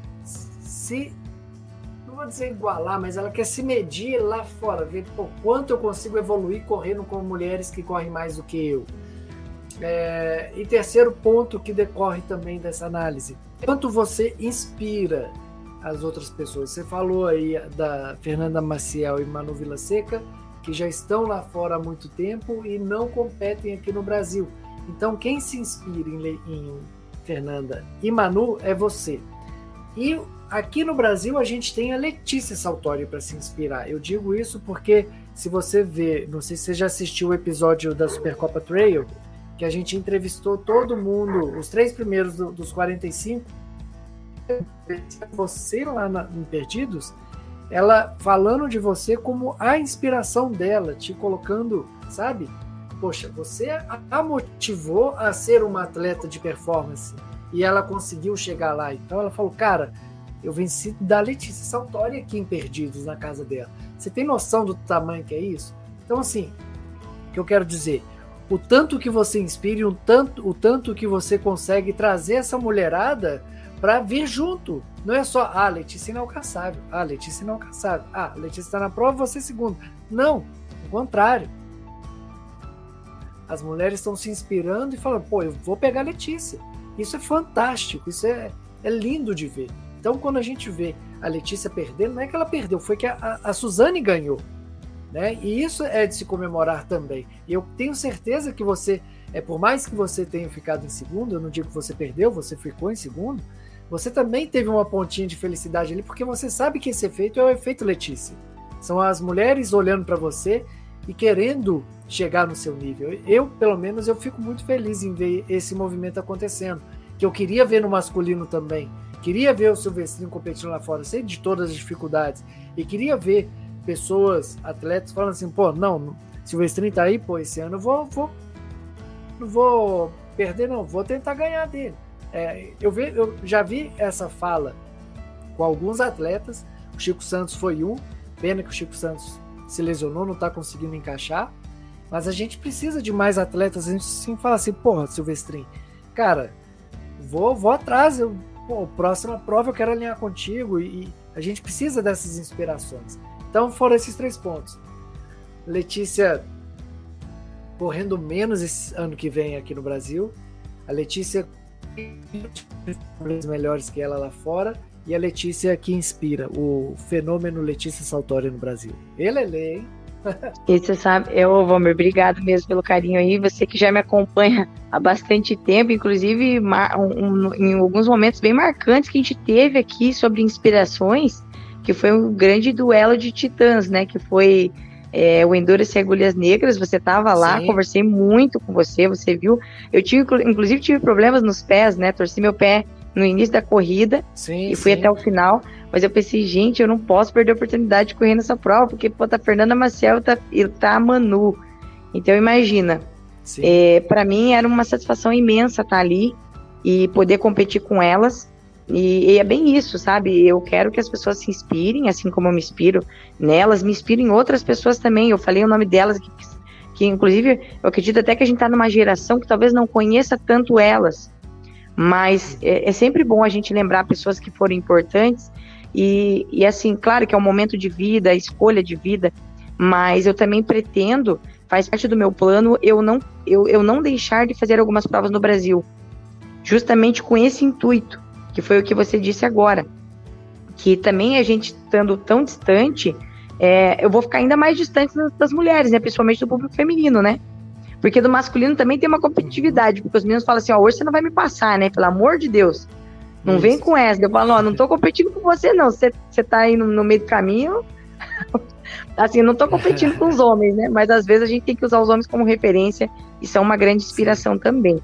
não vou dizer igualar, mas ela quer se medir lá fora, ver quanto eu consigo evoluir correndo com mulheres que correm mais do que eu. E terceiro ponto que decorre também dessa análise, quanto você inspira as outras pessoas. Você falou aí da Fernanda Maciel e Manu Vilaseca, que já estão lá fora há muito tempo e não competem aqui no Brasil. Então quem se inspira em Fernanda e Manu é você. E aqui no Brasil a gente tem a Letícia Saltori para se inspirar. Eu digo isso porque se você vê, não sei se você já assistiu o episódio da Supercopa Trail, que a gente entrevistou todo mundo, os 3 primeiros dos 45, você lá em Perdidos, ela falando de você como a inspiração dela, te colocando, sabe? Poxa, você a motivou a ser uma atleta de performance e ela conseguiu chegar lá. Então ela falou, cara, eu venci da Letícia Saltori aqui em Perdidos, na casa dela. Você tem noção do tamanho que é isso? Então assim, o que eu quero dizer, o tanto que você inspira, o tanto que você consegue trazer essa mulherada para vir junto. Não é só, Letícia inalcançável, Letícia inalcançável, Letícia está na prova, você segundo. Não, o contrário. As mulheres estão se inspirando e falando, pô, eu vou pegar a Letícia. Isso é fantástico, isso é lindo de ver. Então, quando a gente vê a Letícia perdendo, não é que ela perdeu, foi que a Suzane ganhou. Né? E isso é de se comemorar também. E eu tenho certeza que você, por mais que você tenha ficado em segundo, eu não digo que você perdeu, você ficou em segundo, você também teve uma pontinha de felicidade ali, porque você sabe que esse efeito é o efeito Letícia. São as mulheres olhando para você e querendo chegar no seu nível. Eu, pelo menos, eu fico muito feliz em ver esse movimento acontecendo, que eu queria ver no masculino também. Queria ver o Silvestrinho competindo lá fora, sei de todas as dificuldades, e queria ver pessoas, atletas, falando assim, pô, não, Silvestrinho tá aí, pô, esse ano eu não vou perder, não, vou tentar ganhar dele. Eu já vi essa fala com alguns atletas, o Chico Santos foi um, pena que o Chico Santos se lesionou, não tá conseguindo encaixar, mas a gente precisa de mais atletas, a gente sim fala assim, porra, Silvestrinho, cara, vou atrás, próxima prova eu quero alinhar contigo, e a gente precisa dessas inspirações. Então foram esses 3 pontos. Letícia correndo menos esse ano que vem aqui no Brasil. A Letícia melhores que ela lá fora. E a Letícia que inspira. O fenômeno Letícia Saltori no Brasil. Elelê, hein? E você sabe, Valmir, obrigado mesmo pelo carinho aí. Você que já me acompanha há bastante tempo, inclusive em alguns momentos bem marcantes que a gente teve aqui sobre inspirações, que foi um grande duelo de titãs, né? Que foi o Endurance e Agulhas Negras. Você estava lá, sim, conversei muito com você, você viu. Eu inclusive tive problemas nos pés, né? Torci meu pé no início da corrida, sim, e fui até o final. Mas eu pensei, gente, eu não posso perder a oportunidade de correr nessa prova, porque tá a Fernanda Maciel e tá a Manu. Então imagina, para mim era uma satisfação imensa estar ali e poder competir com elas. E é bem isso, sabe? Eu quero que as pessoas se inspirem, assim como eu me inspiro nelas, me inspirem em outras pessoas também. Eu falei o nome delas, que inclusive eu acredito até que a gente tá numa geração que talvez não conheça tanto elas. Mas é sempre bom a gente lembrar pessoas que foram importantes E assim, claro que é um momento de vida, escolha de vida, mas eu também pretendo, faz parte do meu plano, eu não deixar de fazer algumas provas no Brasil, justamente com esse intuito, que foi o que você disse agora, que também a gente estando tão distante, eu vou ficar ainda mais distante das mulheres, né, principalmente do público feminino, né? Porque do masculino também tem uma competitividade, porque os meninos falam assim, hoje você não vai me passar, né? Pelo amor de Deus. Não vem com essa. Eu falo, não tô competindo com você, não. Você tá aí no meio do caminho. Assim, eu não tô competindo com os homens, né? Mas às vezes a gente tem que usar os homens como referência e são uma grande inspiração também.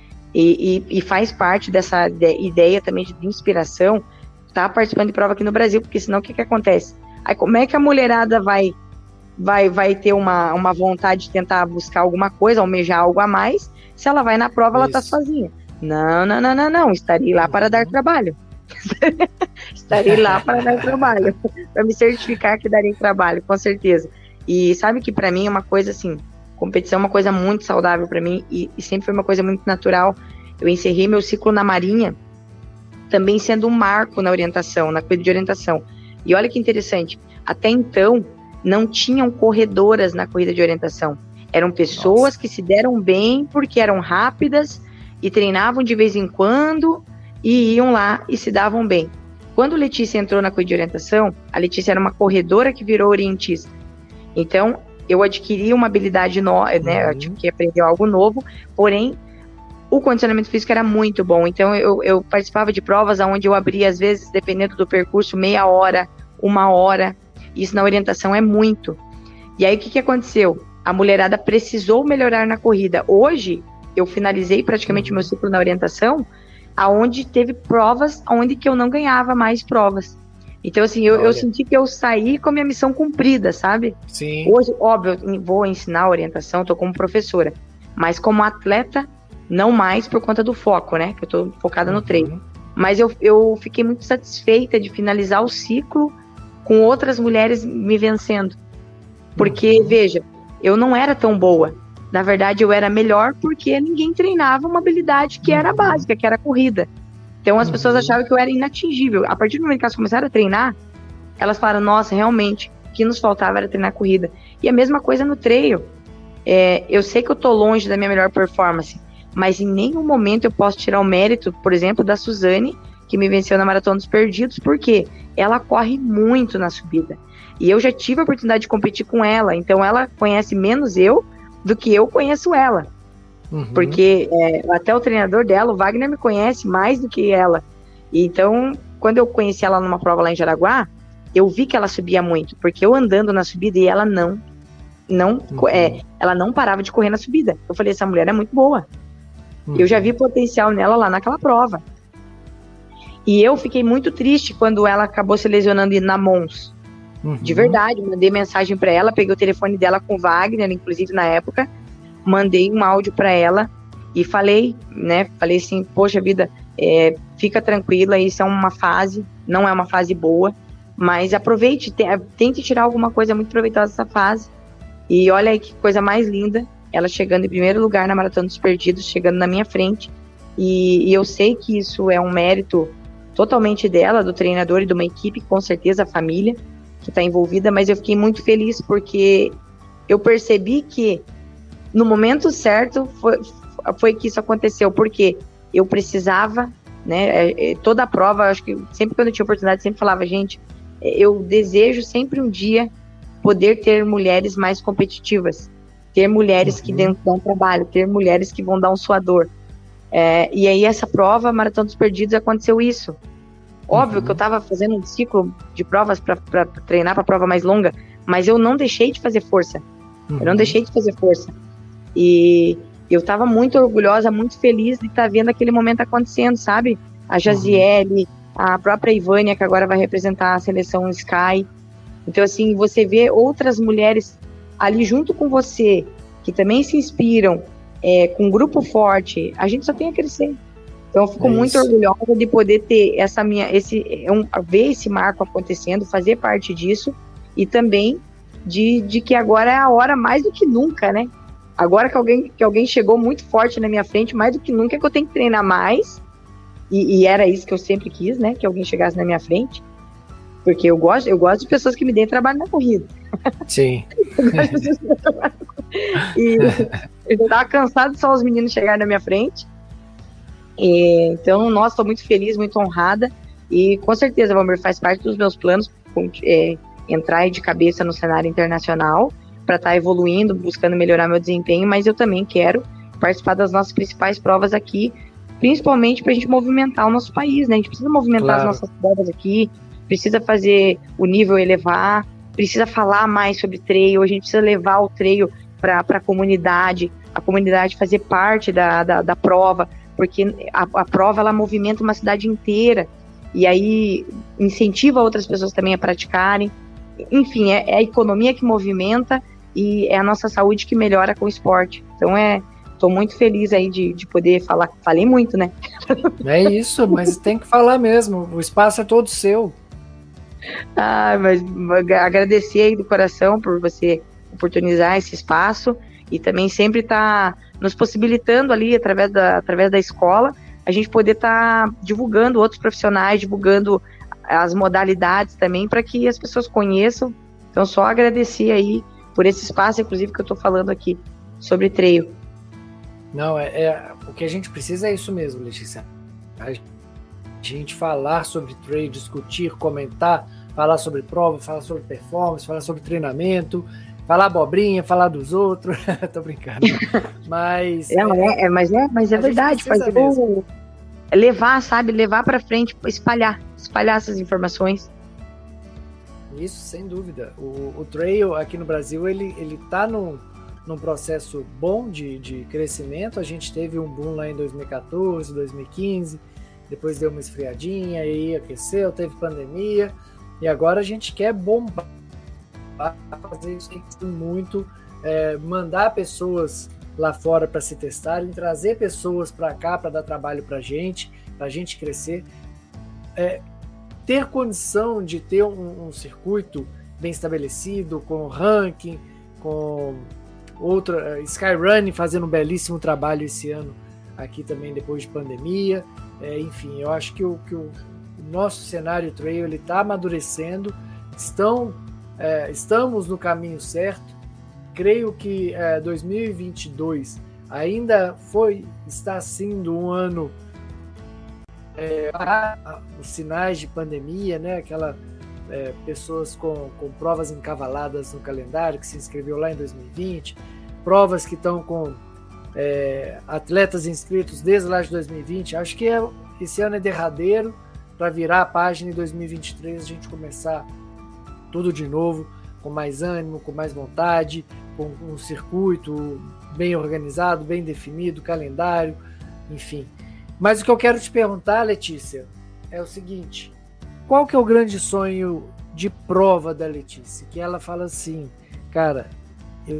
E faz parte dessa ideia também de inspiração tá participando de prova aqui no Brasil, porque senão o que acontece? Aí como é que a mulherada vai ter uma vontade de tentar buscar alguma coisa, almejar algo a mais, se ela vai na prova, ela tá sozinha. Não, estarei lá para dar trabalho. Estarei lá para dar trabalho, para me certificar que darei trabalho, com certeza. E sabe que para mim é uma coisa assim, competição é uma coisa muito saudável para mim e sempre foi uma coisa muito natural. Eu encerrei meu ciclo na Marinha, também sendo um marco na orientação, na corrida de orientação. E olha que interessante, até então não tinham corredoras na corrida de orientação. Eram pessoas que se deram bem porque eram rápidas e treinavam de vez em quando e iam lá e se davam bem. Quando Letícia entrou na corrida de orientação, a Letícia era uma corredora que virou orientista. Então, eu adquiri uma habilidade nova, né? Eu tive que aprender algo novo, porém, o condicionamento físico era muito bom. Então, eu participava de provas onde eu abria, às vezes, dependendo do percurso, meia hora, 1 hora. Isso na orientação é muito. E aí, o que aconteceu? A mulherada precisou melhorar na corrida. Hoje, eu finalizei praticamente o meu ciclo na orientação, aonde teve provas onde que eu não ganhava mais provas. Então, assim, eu senti que eu saí com a minha missão cumprida, sabe? Sim. Hoje, óbvio, eu vou ensinar orientação, tô como professora, mas como atleta, não mais por conta do foco, né? Que eu tô focada no treino. Mas eu fiquei muito satisfeita de finalizar o ciclo com outras mulheres me vencendo. Porque, veja, eu não era tão boa. Na verdade, eu era melhor porque ninguém treinava uma habilidade que era básica, que era a corrida. Então, as pessoas achavam que eu era inatingível. A partir do momento que elas começaram a treinar, elas falaram, nossa, realmente, o que nos faltava era treinar corrida. E a mesma coisa no trail. Eu sei que eu tô longe da minha melhor performance, mas em nenhum momento eu posso tirar o mérito, por exemplo, da Suzane, que me venceu na Maratona dos Perdidos, porque ela corre muito na subida. E eu já tive a oportunidade de competir com ela, então ela conhece menos eu do que eu conheço ela. Porque até o treinador dela, o Wagner, me conhece mais do que ela. E então, quando eu conheci ela numa prova lá em Jaraguá, eu vi que ela subia muito, porque eu andando na subida e ela ela não parava de correr na subida. Eu falei, essa mulher é muito boa. Eu já vi potencial nela lá naquela prova. E eu fiquei muito triste quando ela acabou se lesionando na Mons. De verdade, mandei mensagem para ela, peguei o telefone dela com o Wagner, inclusive na época, mandei um áudio para ela e falei assim, poxa vida, fica tranquila, isso é uma fase, não é uma fase boa, mas aproveite, tente tirar alguma coisa muito proveitosa dessa fase. E olha aí que coisa mais linda, ela chegando em primeiro lugar na Maratona dos Perdidos, chegando na minha frente, e eu sei que isso é um mérito totalmente dela, do treinador e de uma equipe, com certeza a família que está envolvida, mas eu fiquei muito feliz porque eu percebi que no momento certo foi que isso aconteceu, porque eu precisava, né, toda a prova, acho que sempre quando eu tinha oportunidade, sempre falava, gente, eu desejo sempre um dia poder ter mulheres mais competitivas, ter mulheres que dão trabalho, ter mulheres que vão dar um suador. E aí essa prova, Maratona dos Perdidos, aconteceu isso. Óbvio que eu estava fazendo um ciclo de provas para treinar para a prova mais longa, mas eu não deixei de fazer força. Eu não deixei de fazer força. E eu estava muito orgulhosa, muito feliz de estar vendo aquele momento acontecendo, sabe? A Jaziele, a própria Ivânia, que agora vai representar a seleção Sky. Então, assim, você vê outras mulheres ali junto com você, que também se inspiram, com um grupo forte, a gente só tem a crescer. Então, eu fico muito orgulhosa de poder ter ver esse marco acontecendo, fazer parte disso, e também de que agora é a hora mais do que nunca, né? Agora que alguém chegou muito forte na minha frente, mais do que nunca é que eu tenho que treinar mais, e era isso que eu sempre quis, né? Que alguém chegasse na minha frente. Porque eu gosto de pessoas que me deem trabalho na corrida. Sim. E eu já tava cansado só os meninos chegarem na minha frente. Então, nossa, estou muito feliz, muito honrada. E com certeza, Valmir, faz parte dos meus planos entrar aí de cabeça no cenário internacional para estar evoluindo, buscando melhorar meu desempenho, mas eu também quero participar das nossas principais provas aqui, principalmente para a gente movimentar o nosso país, né? A gente precisa movimentar as nossas provas aqui, precisa fazer o nível elevar, precisa falar mais sobre trail, a gente precisa levar o trail para a comunidade fazer parte da prova, porque a prova ela movimenta uma cidade inteira, e aí incentiva outras pessoas também a praticarem. Enfim, é a economia que movimenta e é a nossa saúde que melhora com o esporte. Então estou muito feliz aí de poder falar. Falei muito, né? É isso, mas tem que falar mesmo. O espaço é todo seu. Mas agradecer aí do coração por você oportunizar esse espaço e também sempre tá nos possibilitando ali, através da escola, a gente poder estar divulgando outros profissionais, divulgando as modalidades também, para que as pessoas conheçam. Então, só agradecer aí por esse espaço, inclusive, que eu estou falando aqui sobre trail. Não, o que a gente precisa é isso mesmo, Letícia. A gente falar sobre trail, discutir, comentar, falar sobre prova, falar sobre performance, falar sobre treinamento, falar abobrinha, falar dos outros. Tô brincando. Mas é verdade. Levar, sabe? Levar para frente, espalhar essas informações. Isso, sem dúvida. O trail aqui no Brasil, ele tá num processo bom de crescimento. A gente teve um boom lá em 2014, 2015, depois deu uma esfriadinha, aí aqueceu, teve pandemia, e agora a gente quer bombar, fazer isso que tem muito, mandar pessoas lá fora para se testarem, trazer pessoas para cá para dar trabalho para a gente crescer, ter condição de ter um circuito bem estabelecido, com ranking, com outra, Skyrunning fazendo um belíssimo trabalho esse ano aqui também depois de pandemia. Enfim, eu acho que o nosso cenário trail ele está amadurecendo, estamos no caminho certo. Creio que 2022 ainda está sendo um ano os sinais de pandemia, né? Pessoas com provas encavaladas no calendário, que se inscreveu lá em 2020, provas que estão com atletas inscritos desde lá de 2020. Acho que esse ano é derradeiro para virar a página em 2023, a gente começar tudo de novo, com mais ânimo, com mais vontade, com um circuito bem organizado, bem definido, calendário, enfim. Mas o que eu quero te perguntar, Letícia, é o seguinte: qual que é o grande sonho de prova da Letícia? Que ela fala assim, cara, eu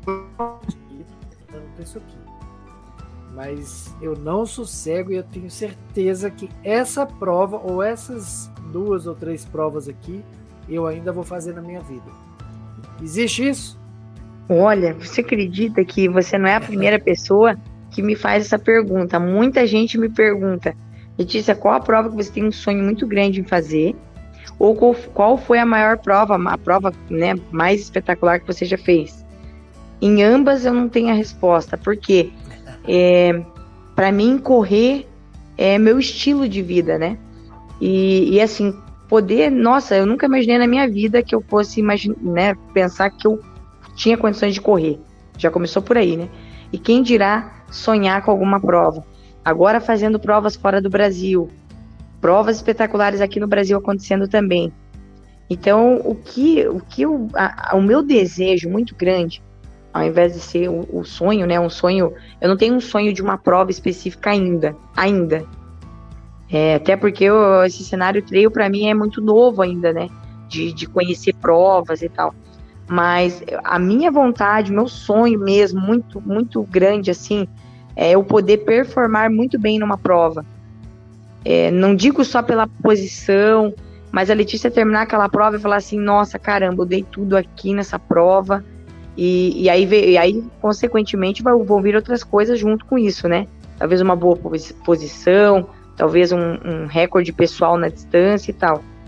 isso aqui, mas eu não sossego e eu tenho certeza que essa prova ou essas 2 ou 3 provas aqui eu ainda vou fazer na minha vida. Existe isso? Olha, você acredita que você não é a primeira pessoa que me faz essa pergunta? Muita gente me pergunta, Letícia, qual a prova que você tem um sonho muito grande em fazer? Ou qual foi a maior prova, a prova, né, mais espetacular que você já fez? Em ambas eu não tenho a resposta, porque para mim correr é meu estilo de vida, né? E assim, nossa, eu nunca imaginei na minha vida que eu fosse pensar que eu tinha condições de correr. Já começou por aí, né? E quem dirá sonhar com alguma prova? Agora fazendo provas fora do Brasil, provas espetaculares aqui no Brasil acontecendo também. Então, o meu desejo muito grande, ao invés de ser o sonho, né? Um sonho, eu não tenho um sonho de uma prova específica ainda. Até porque esse cenário trail para mim é muito novo ainda, né? De conhecer provas e tal. Mas a minha vontade, meu sonho mesmo, muito, muito grande, assim, é eu poder performar muito bem numa prova. Não digo só pela posição, mas a Letícia terminar aquela prova e falar assim, nossa, caramba, eu dei tudo aqui nessa prova. E aí, consequentemente, vão vir outras coisas junto com isso, né? Talvez uma boa posição, talvez um recorde pessoal na distância e tal.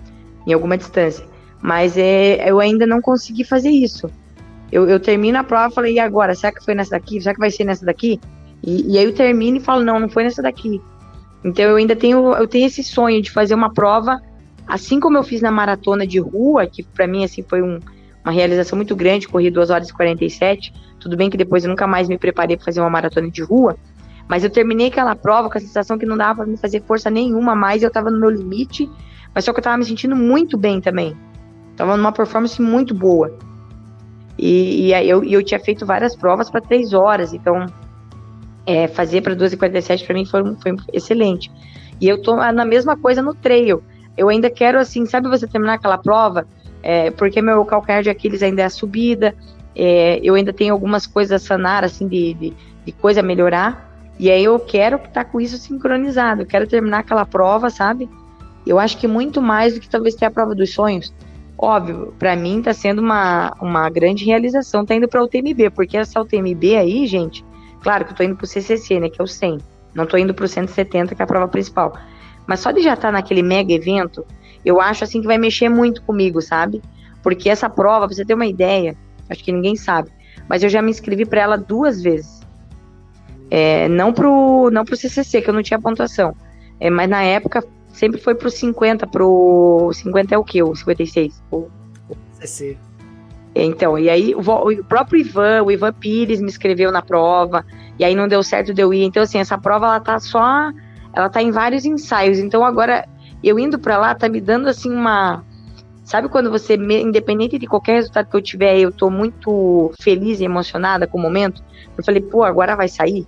em alguma distância. Mas eu ainda não consegui fazer isso. Eu termino a prova e falei, e agora? Será que foi nessa daqui? Será que vai ser nessa daqui? E aí eu termino e falo, não foi nessa daqui. Então eu ainda tenho esse sonho de fazer uma prova, assim como eu fiz na maratona de rua, que para mim assim foi uma realização muito grande, corri 2 horas e 47. Tudo bem que depois eu nunca mais me preparei para fazer uma maratona de rua, mas eu terminei aquela prova com a sensação que não dava para me fazer força nenhuma mais, eu estava no meu limite, mas só que eu estava me sentindo muito bem também. Estava numa performance muito boa. E eu tinha feito várias provas para 3 horas, então fazer para 2h47 para mim foi excelente. E eu tô na mesma coisa no trail. Eu ainda quero, assim, sabe você terminar aquela prova? Porque meu calcanhar de Aquiles ainda é a subida, eu ainda tenho algumas coisas a sanar, assim, de coisa a melhorar, e aí eu quero estar com isso sincronizado, eu quero terminar aquela prova, sabe? Eu acho que muito mais do que talvez ter a prova dos sonhos. Óbvio, para mim tá sendo uma grande realização, tá indo para o UTMB, porque essa UTMB aí, gente, claro que eu tô indo pro CCC, né, que é o 100, não tô indo pro 170, que é a prova principal, mas só de já estar naquele mega evento, eu acho assim que vai mexer muito comigo, sabe? Porque essa prova, pra você ter uma ideia, acho que ninguém sabe, mas eu já me inscrevi para ela 2 vezes, não pro CCC, que eu não tinha pontuação, mas na época sempre foi pro 50 é o quê? O 56? O CC. Então, e aí o próprio o Ivan Pires me inscreveu na prova, e aí não deu certo de eu ir. Então, assim, essa prova, ela tá em vários ensaios. Então, agora, eu indo pra lá, tá me dando, assim, sabe quando você, independente de qualquer resultado que eu tiver, eu tô muito feliz e emocionada com o momento? Eu falei, pô, agora vai sair?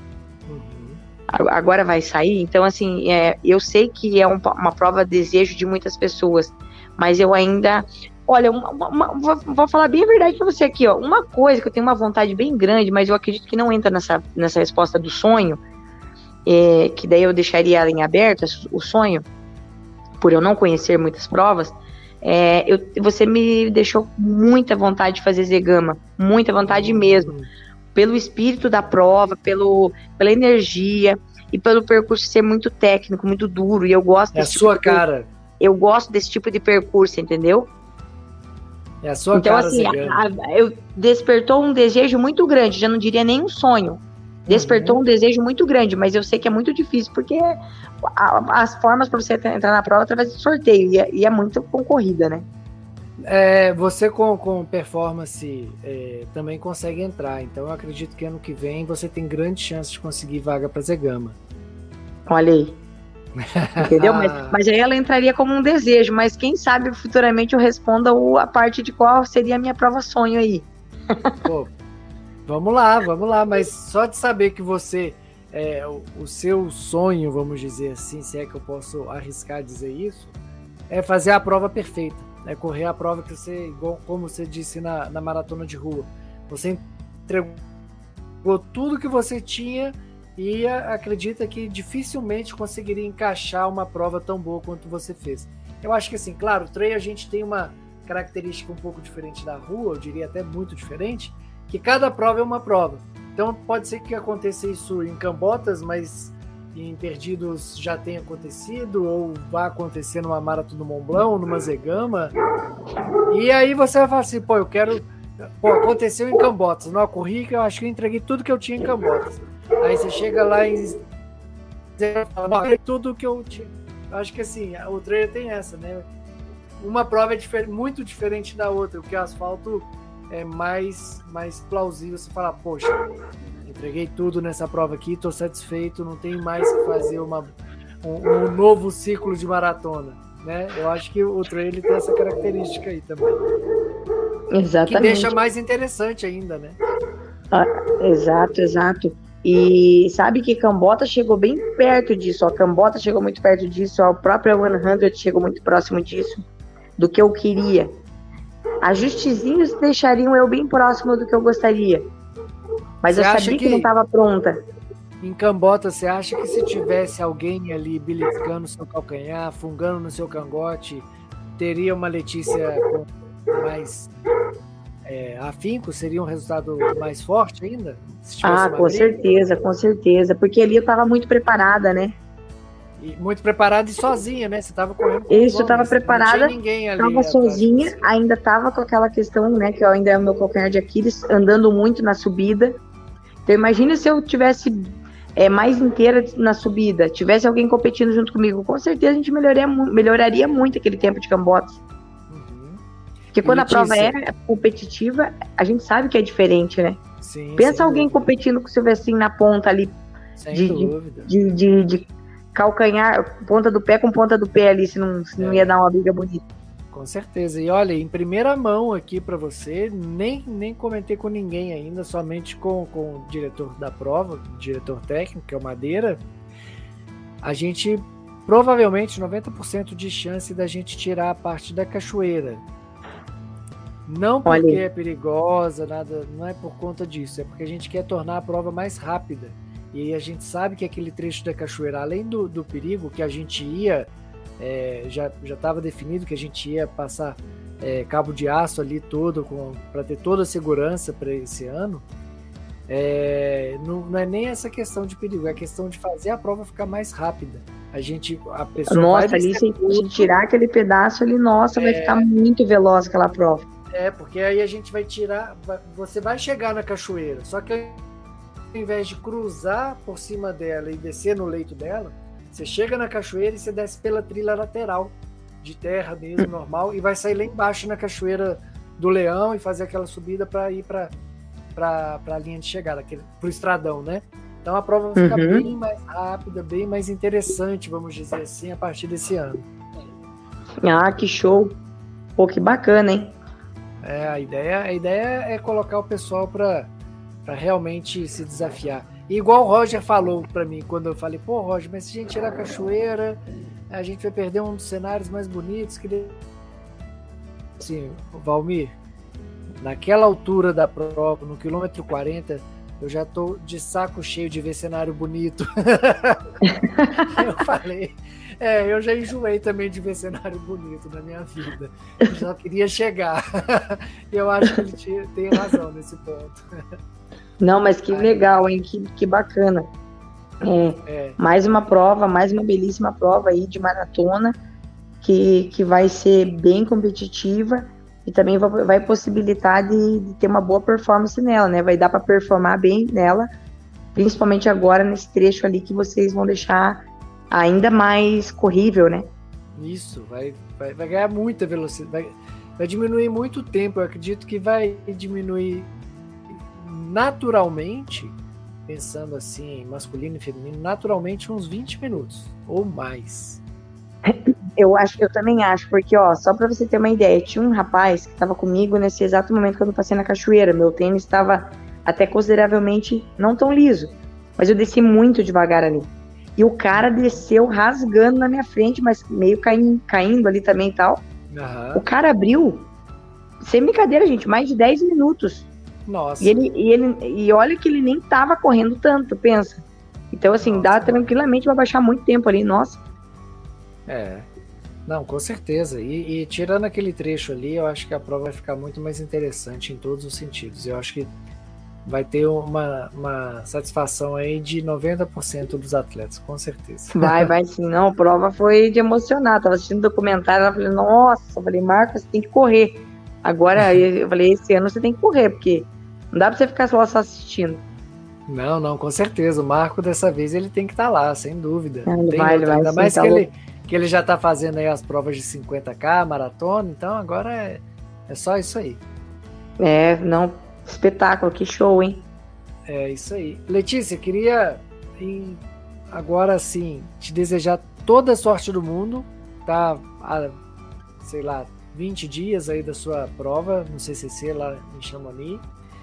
Agora vai sair? Então, assim, eu sei que é uma prova de desejo de muitas pessoas, mas eu ainda... Olha, vou falar bem a verdade pra você aqui, ó. Uma coisa que eu tenho uma vontade bem grande, mas eu acredito que não entra nessa resposta do sonho, que daí eu deixaria ela em aberto, o sonho, por eu não conhecer muitas provas, você me deixou muita vontade de fazer Zegama, muita vontade mesmo, pelo espírito da prova, pela energia e pelo percurso ser muito técnico, muito duro, e eu gosto desse tipo de cara. Eu gosto desse tipo de percurso, entendeu? É a sua então, cara, assim, eu despertou um desejo muito grande, já não diria nem um sonho. Despertou um desejo muito grande, mas eu sei que é muito difícil, porque as formas para você entrar na prova é através do sorteio, e é muito concorrida, né? Você com performance também consegue entrar, então eu acredito que ano que vem você tem grande chance de conseguir vaga para Zegama. Olha aí. Entendeu? Mas aí ela entraria como um desejo, mas quem sabe futuramente eu responda a parte de qual seria a minha prova sonho aí. Pô, vamos lá, mas só de saber que você, o seu sonho, vamos dizer assim, se é que eu posso arriscar dizer isso, é fazer a prova perfeita, correr a prova que você, igual, como você disse na maratona de rua, você entregou tudo que você tinha e acredita que dificilmente conseguiria encaixar uma prova tão boa quanto você fez. Eu acho que assim, claro, o trail a gente tem uma característica um pouco diferente da rua, eu diria até muito diferente, que cada prova é uma prova. Então pode ser que aconteça isso em Cambotas, mas em Perdidos já tenha acontecido, ou vai acontecer numa Maratona do Mont Blanc, ou numa Zegama, e aí você vai falar assim, aconteceu em Cambotas, não corri, que eu acho que eu entreguei tudo que eu tinha em Cambotas. Aí você chega lá e fala, tudo que eu tinha. Eu acho que assim, o trail tem essa, né? Uma prova é muito diferente da outra, porque o asfalto é mais plausível. Você fala, poxa, entreguei tudo nessa prova aqui, estou satisfeito, não tem mais que fazer um novo ciclo de maratona, né? Eu acho que o trail tem essa característica aí também. Exatamente. Que deixa mais interessante ainda, né? Exato. E sabe que Cambotas chegou bem perto disso, a Cambotas chegou muito perto disso, a própria 100 chegou muito próximo disso, do que eu queria. Ajustezinhos deixariam eu bem próximo do que eu gostaria, mas eu sabia que não estava pronta. Em Cambotas, você acha que se tivesse alguém ali beliscando seu calcanhar, fungando no seu cangote, teria uma Letícia com mais afinco? Seria um resultado mais forte ainda? Com certeza, porque ali eu estava muito preparada, né? E muito preparada e sozinha, né? Você estava correndo com Isso, eu os tava homens, preparada, não tinha ninguém ali tava atrás de sozinha, você. ainda tava com aquela questão, né, que ainda é o meu calcanhar de Aquiles, andando muito na subida. Então imagina se eu tivesse mais inteira na subida, tivesse alguém competindo junto comigo, com certeza a gente melhoraria muito aquele tempo de Cambotas. Uhum. Porque E quando a prova é Letícia, competitiva, a gente sabe que é diferente, né? sim, Pensa sem alguém dúvida, competindo com o Silvestrinho na ponta ali, sem de, de, dúvida. de calcanhar, ponta do pé com ponta do pé ali, se não ia dar uma briga bonita. Com certeza. E olha, em primeira mão aqui para você, nem comentei com ninguém ainda, somente com o diretor da prova, diretor técnico, que é o Madeira. A gente, provavelmente, 90% de chance da gente tirar a parte da cachoeira. Não porque Olha aí. é perigosa, nada, não é por conta disso, é porque a gente quer tornar a prova mais rápida. E aí a gente sabe que aquele trecho da cachoeira, além do perigo que a gente ia, já estava definido que a gente ia passar cabo de aço ali todo, para ter toda a segurança para esse ano, não é nem essa questão de perigo, é a questão de fazer a prova ficar mais rápida. A pessoa Nossa, vai ali descer se tirar aquele pedaço ali, nossa, vai ficar muito veloz aquela prova. porque aí a gente vai tirar, você vai chegar na cachoeira, só que ao invés de cruzar por cima dela e descer no leito dela, você chega na cachoeira e você desce pela trilha lateral, de terra mesmo, normal, e vai sair lá embaixo na cachoeira do Leão e fazer aquela subida para ir para a linha de chegada, para o estradão, né? Então a prova vai ficar bem mais rápida, bem mais interessante, vamos dizer assim, a partir desse ano. Ah, que show! Pô, que bacana, hein? A ideia é colocar o pessoal para realmente se desafiar. E igual o Roger falou para mim, quando eu falei, pô, Roger, mas se a gente tirar a cachoeira, a gente vai perder um dos cenários mais bonitos. Assim, Valmir, naquela altura da prova, no quilômetro 40, eu já tô de saco cheio de ver cenário bonito. Eu falei, eu já enjoei também de ver cenário bonito na minha vida. Eu já queria chegar. E eu acho que ele tem razão nesse ponto. Não, mas que legal, hein? Que bacana. Mais uma prova, mais uma belíssima prova aí de maratona que vai ser bem competitiva e também vai possibilitar de ter uma boa performance nela, né? Vai dar para performar bem nela, principalmente agora nesse trecho ali que vocês vão deixar ainda mais corrível, né? Isso, vai ganhar muita velocidade, vai diminuir muito tempo. Eu acredito que vai diminuir naturalmente, pensando assim, masculino e feminino, naturalmente uns 20 minutos ou mais. Eu também acho, porque, só pra você ter uma ideia, tinha um rapaz que estava comigo nesse exato momento quando eu passei na cachoeira. Meu tênis estava até consideravelmente não tão liso, mas eu desci muito devagar ali. E o cara desceu rasgando na minha frente, mas meio caindo ali também e tal. Uhum. O cara abriu, sem brincadeira, gente, mais de 10 minutos. Nossa. E olha que ele nem tava correndo tanto, pensa. Então, assim, dá tranquilamente pra baixar muito tempo ali, nossa. Não, com certeza. E tirando aquele trecho ali, eu acho que a prova vai ficar muito mais interessante em todos os sentidos. Eu acho que vai ter uma satisfação aí de 90% dos atletas, com certeza. Vai sim. Não, a prova foi de emocionar. Tava assistindo o documentário, eu falei, nossa, eu falei, Marcos, você tem que correr. Agora, eu falei, esse ano você tem que correr, porque não dá pra você ficar só assistindo. Não, com certeza. O Marco, dessa vez, ele tem que estar lá, sem dúvida. Ele vai ainda sim, mais tá que ele já tá fazendo aí as provas de 50K, maratona, então agora é só isso aí. Não, espetáculo, que show, hein? É isso aí. Letícia, queria agora sim te desejar toda a sorte do mundo, tá? Sei lá, 20 dias aí da sua prova no CCC lá em Chamonix.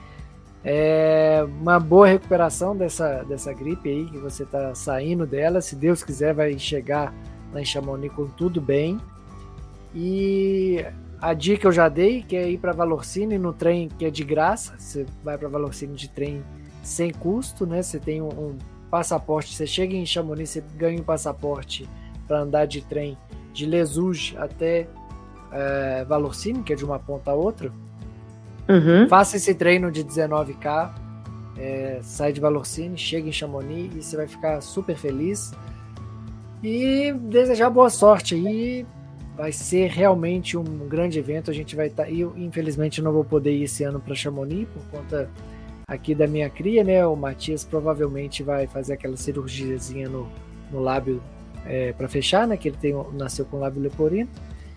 Uma boa recuperação dessa gripe aí, que você tá saindo dela. Se Deus quiser, vai chegar lá em Chamonix com tudo bem. E a dica eu já dei, que é ir para Valorcine no trem que é de graça. Você vai para Valorcine de trem sem custo, né? Você tem um passaporte, você chega em Chamonix, você ganha um passaporte para andar de trem de Lesuge até Valorcine, que é de uma ponta a outra. Uhum. Faça esse treino de 19K, sai de Valorcine, chega em Chamonix e você vai ficar super feliz. E desejar boa sorte aí. Vai ser realmente um grande evento. A gente vai estar. Eu, infelizmente, não vou poder ir esse ano para Chamonix por conta aqui da minha cria, né? O Matias provavelmente vai fazer aquela cirurgiazinha no lábio para fechar, né? Que ele nasceu com lábio leporino.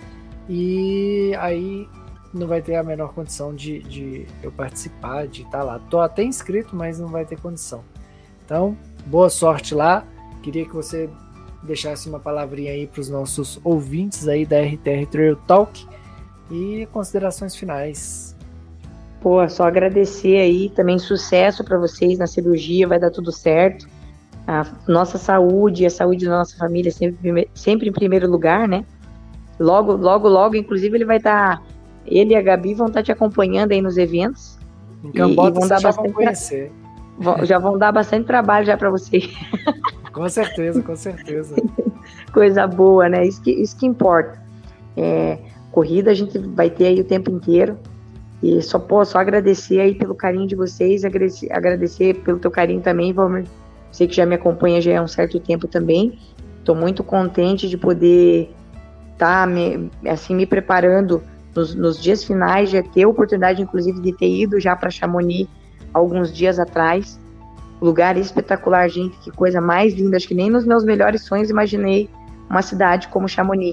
E aí não vai ter a menor condição de eu participar, de estar lá. Tô até inscrito, mas não vai ter condição. Então, boa sorte lá. Queria que você deixasse uma palavrinha aí para os nossos ouvintes aí da RTR Trail Talk e considerações finais. Pô, só agradecer aí, também sucesso para vocês na cirurgia, vai dar tudo certo. A nossa saúde, a saúde da nossa família sempre em primeiro lugar, né? Logo, inclusive ele e a Gabi vão estar te acompanhando aí nos eventos. Em Cambota, e vão dar bastante conhecer. Já vão dar bastante trabalho já para vocês. Com certeza, com certeza. Coisa boa, né? Isso que importa. Corrida a gente vai ter aí o tempo inteiro. E só agradecer aí pelo carinho de vocês, agradecer pelo teu carinho também, Valmir. Sei que já me acompanha já há um certo tempo também. Estou muito contente de poder estar me preparando nos dias finais, já ter a oportunidade, inclusive, de ter ido já para Chamonix alguns dias atrás. Lugar espetacular, gente, que coisa mais linda. Acho que nem nos meus melhores sonhos imaginei uma cidade como Chamonix.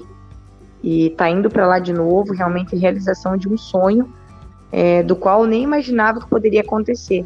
E tá indo para lá de novo, realmente realização de um sonho, do qual eu nem imaginava que poderia acontecer.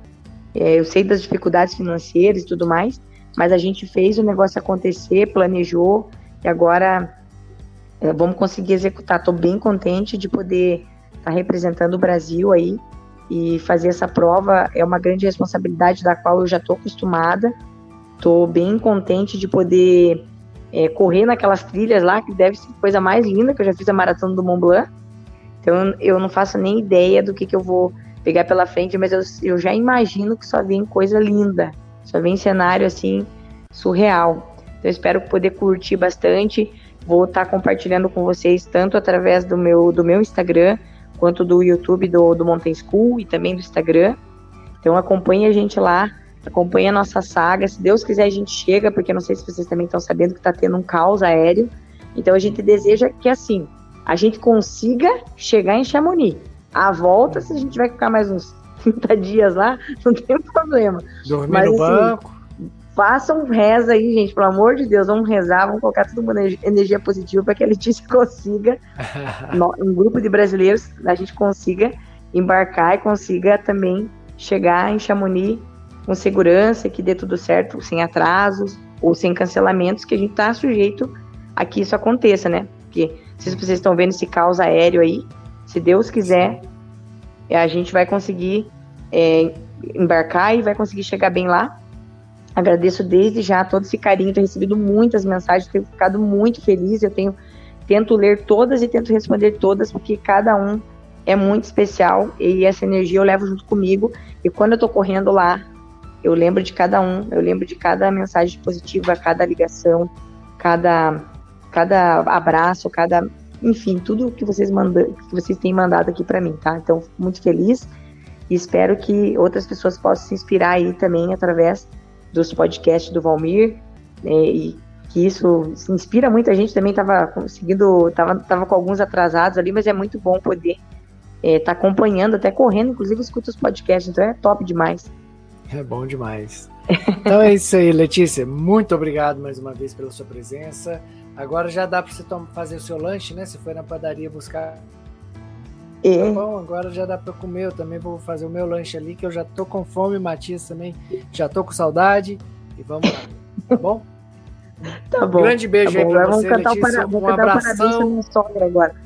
Eu sei das dificuldades financeiras e tudo mais, mas a gente fez o negócio acontecer, planejou, e agora vamos conseguir executar. Estou bem contente de poder estar representando o Brasil aí e fazer essa prova. É uma grande responsabilidade da qual eu já estou acostumada. Estou bem contente de poder correr naquelas trilhas lá, que deve ser a coisa mais linda, que eu já fiz a maratona do Mont Blanc. Então eu não faço nem ideia do que eu vou pegar pela frente, mas eu já imagino que só vem coisa linda, só vem cenário assim surreal. Então eu espero poder curtir bastante. Vou estar compartilhando com vocês tanto através do meu Instagram, quanto do YouTube do Mountain School e também do Instagram. Então acompanhe a gente lá, acompanhe a nossa saga. Se Deus quiser a gente chega, porque eu não sei se vocês também estão sabendo que está tendo um caos aéreo. Então a gente deseja que assim, a gente consiga chegar em Chamonix. A volta, se a gente vai ficar mais uns 30 dias lá, não tem problema. Dormir no banco. Façam reza aí, gente, pelo amor de Deus, vamos rezar, vamos colocar toda uma energia positiva para que a Letícia consiga, um grupo de brasileiros, a gente consiga embarcar e consiga também chegar em Chamonix com segurança, que dê tudo certo, sem atrasos ou sem cancelamentos, que a gente está sujeito a que isso aconteça, né? Porque se vocês estão vendo esse caos aéreo aí, se Deus quiser, a gente vai conseguir embarcar e vai conseguir chegar bem lá. Agradeço desde já todo esse carinho, tenho recebido muitas mensagens, tenho ficado muito feliz, tento ler todas e tento responder todas, porque cada um é muito especial e essa energia eu levo junto comigo, e quando eu tô correndo lá, eu lembro de cada um, eu lembro de cada mensagem positiva, cada ligação, cada abraço, enfim, tudo que vocês têm mandado aqui para mim, tá? Então, muito feliz e espero que outras pessoas possam se inspirar aí também através dos podcasts do Valmir, e que isso inspira muita gente. Também tava com alguns atrasados ali, mas é muito bom poder tá acompanhando, até correndo, inclusive escuta os podcasts, então é top demais. É bom demais. Então é isso aí, Letícia, muito obrigado mais uma vez pela sua presença. Agora já dá para você fazer o seu lanche, né? Você foi na padaria buscar. Tá bom, agora já dá para comer. Eu também vou fazer o meu lanche ali, que eu já tô com fome. Matias também já tô com saudade. E vamos lá, tá bom? Tá bom. Grande beijo aí para você, Letícia. Um abração. Minha sogra agora.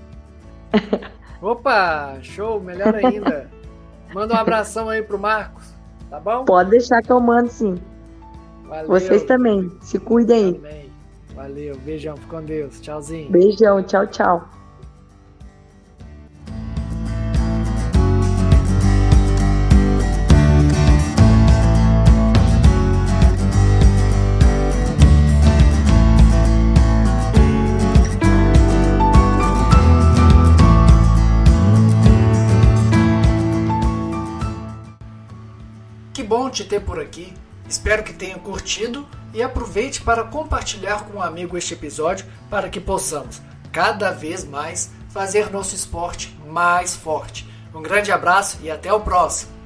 Opa, show, melhor ainda. Manda um abração aí pro Marcos, tá bom? Pode deixar que eu mando, sim. Valeu. Vocês também, se cuidem aí. Também. Valeu, beijão, fica com Deus, tchauzinho. Beijão, tchau, tchau. Que bom te ter por aqui. Espero que tenha curtido e aproveite para compartilhar com um amigo este episódio para que possamos cada vez mais fazer nosso esporte mais forte. Um grande abraço e até o próximo!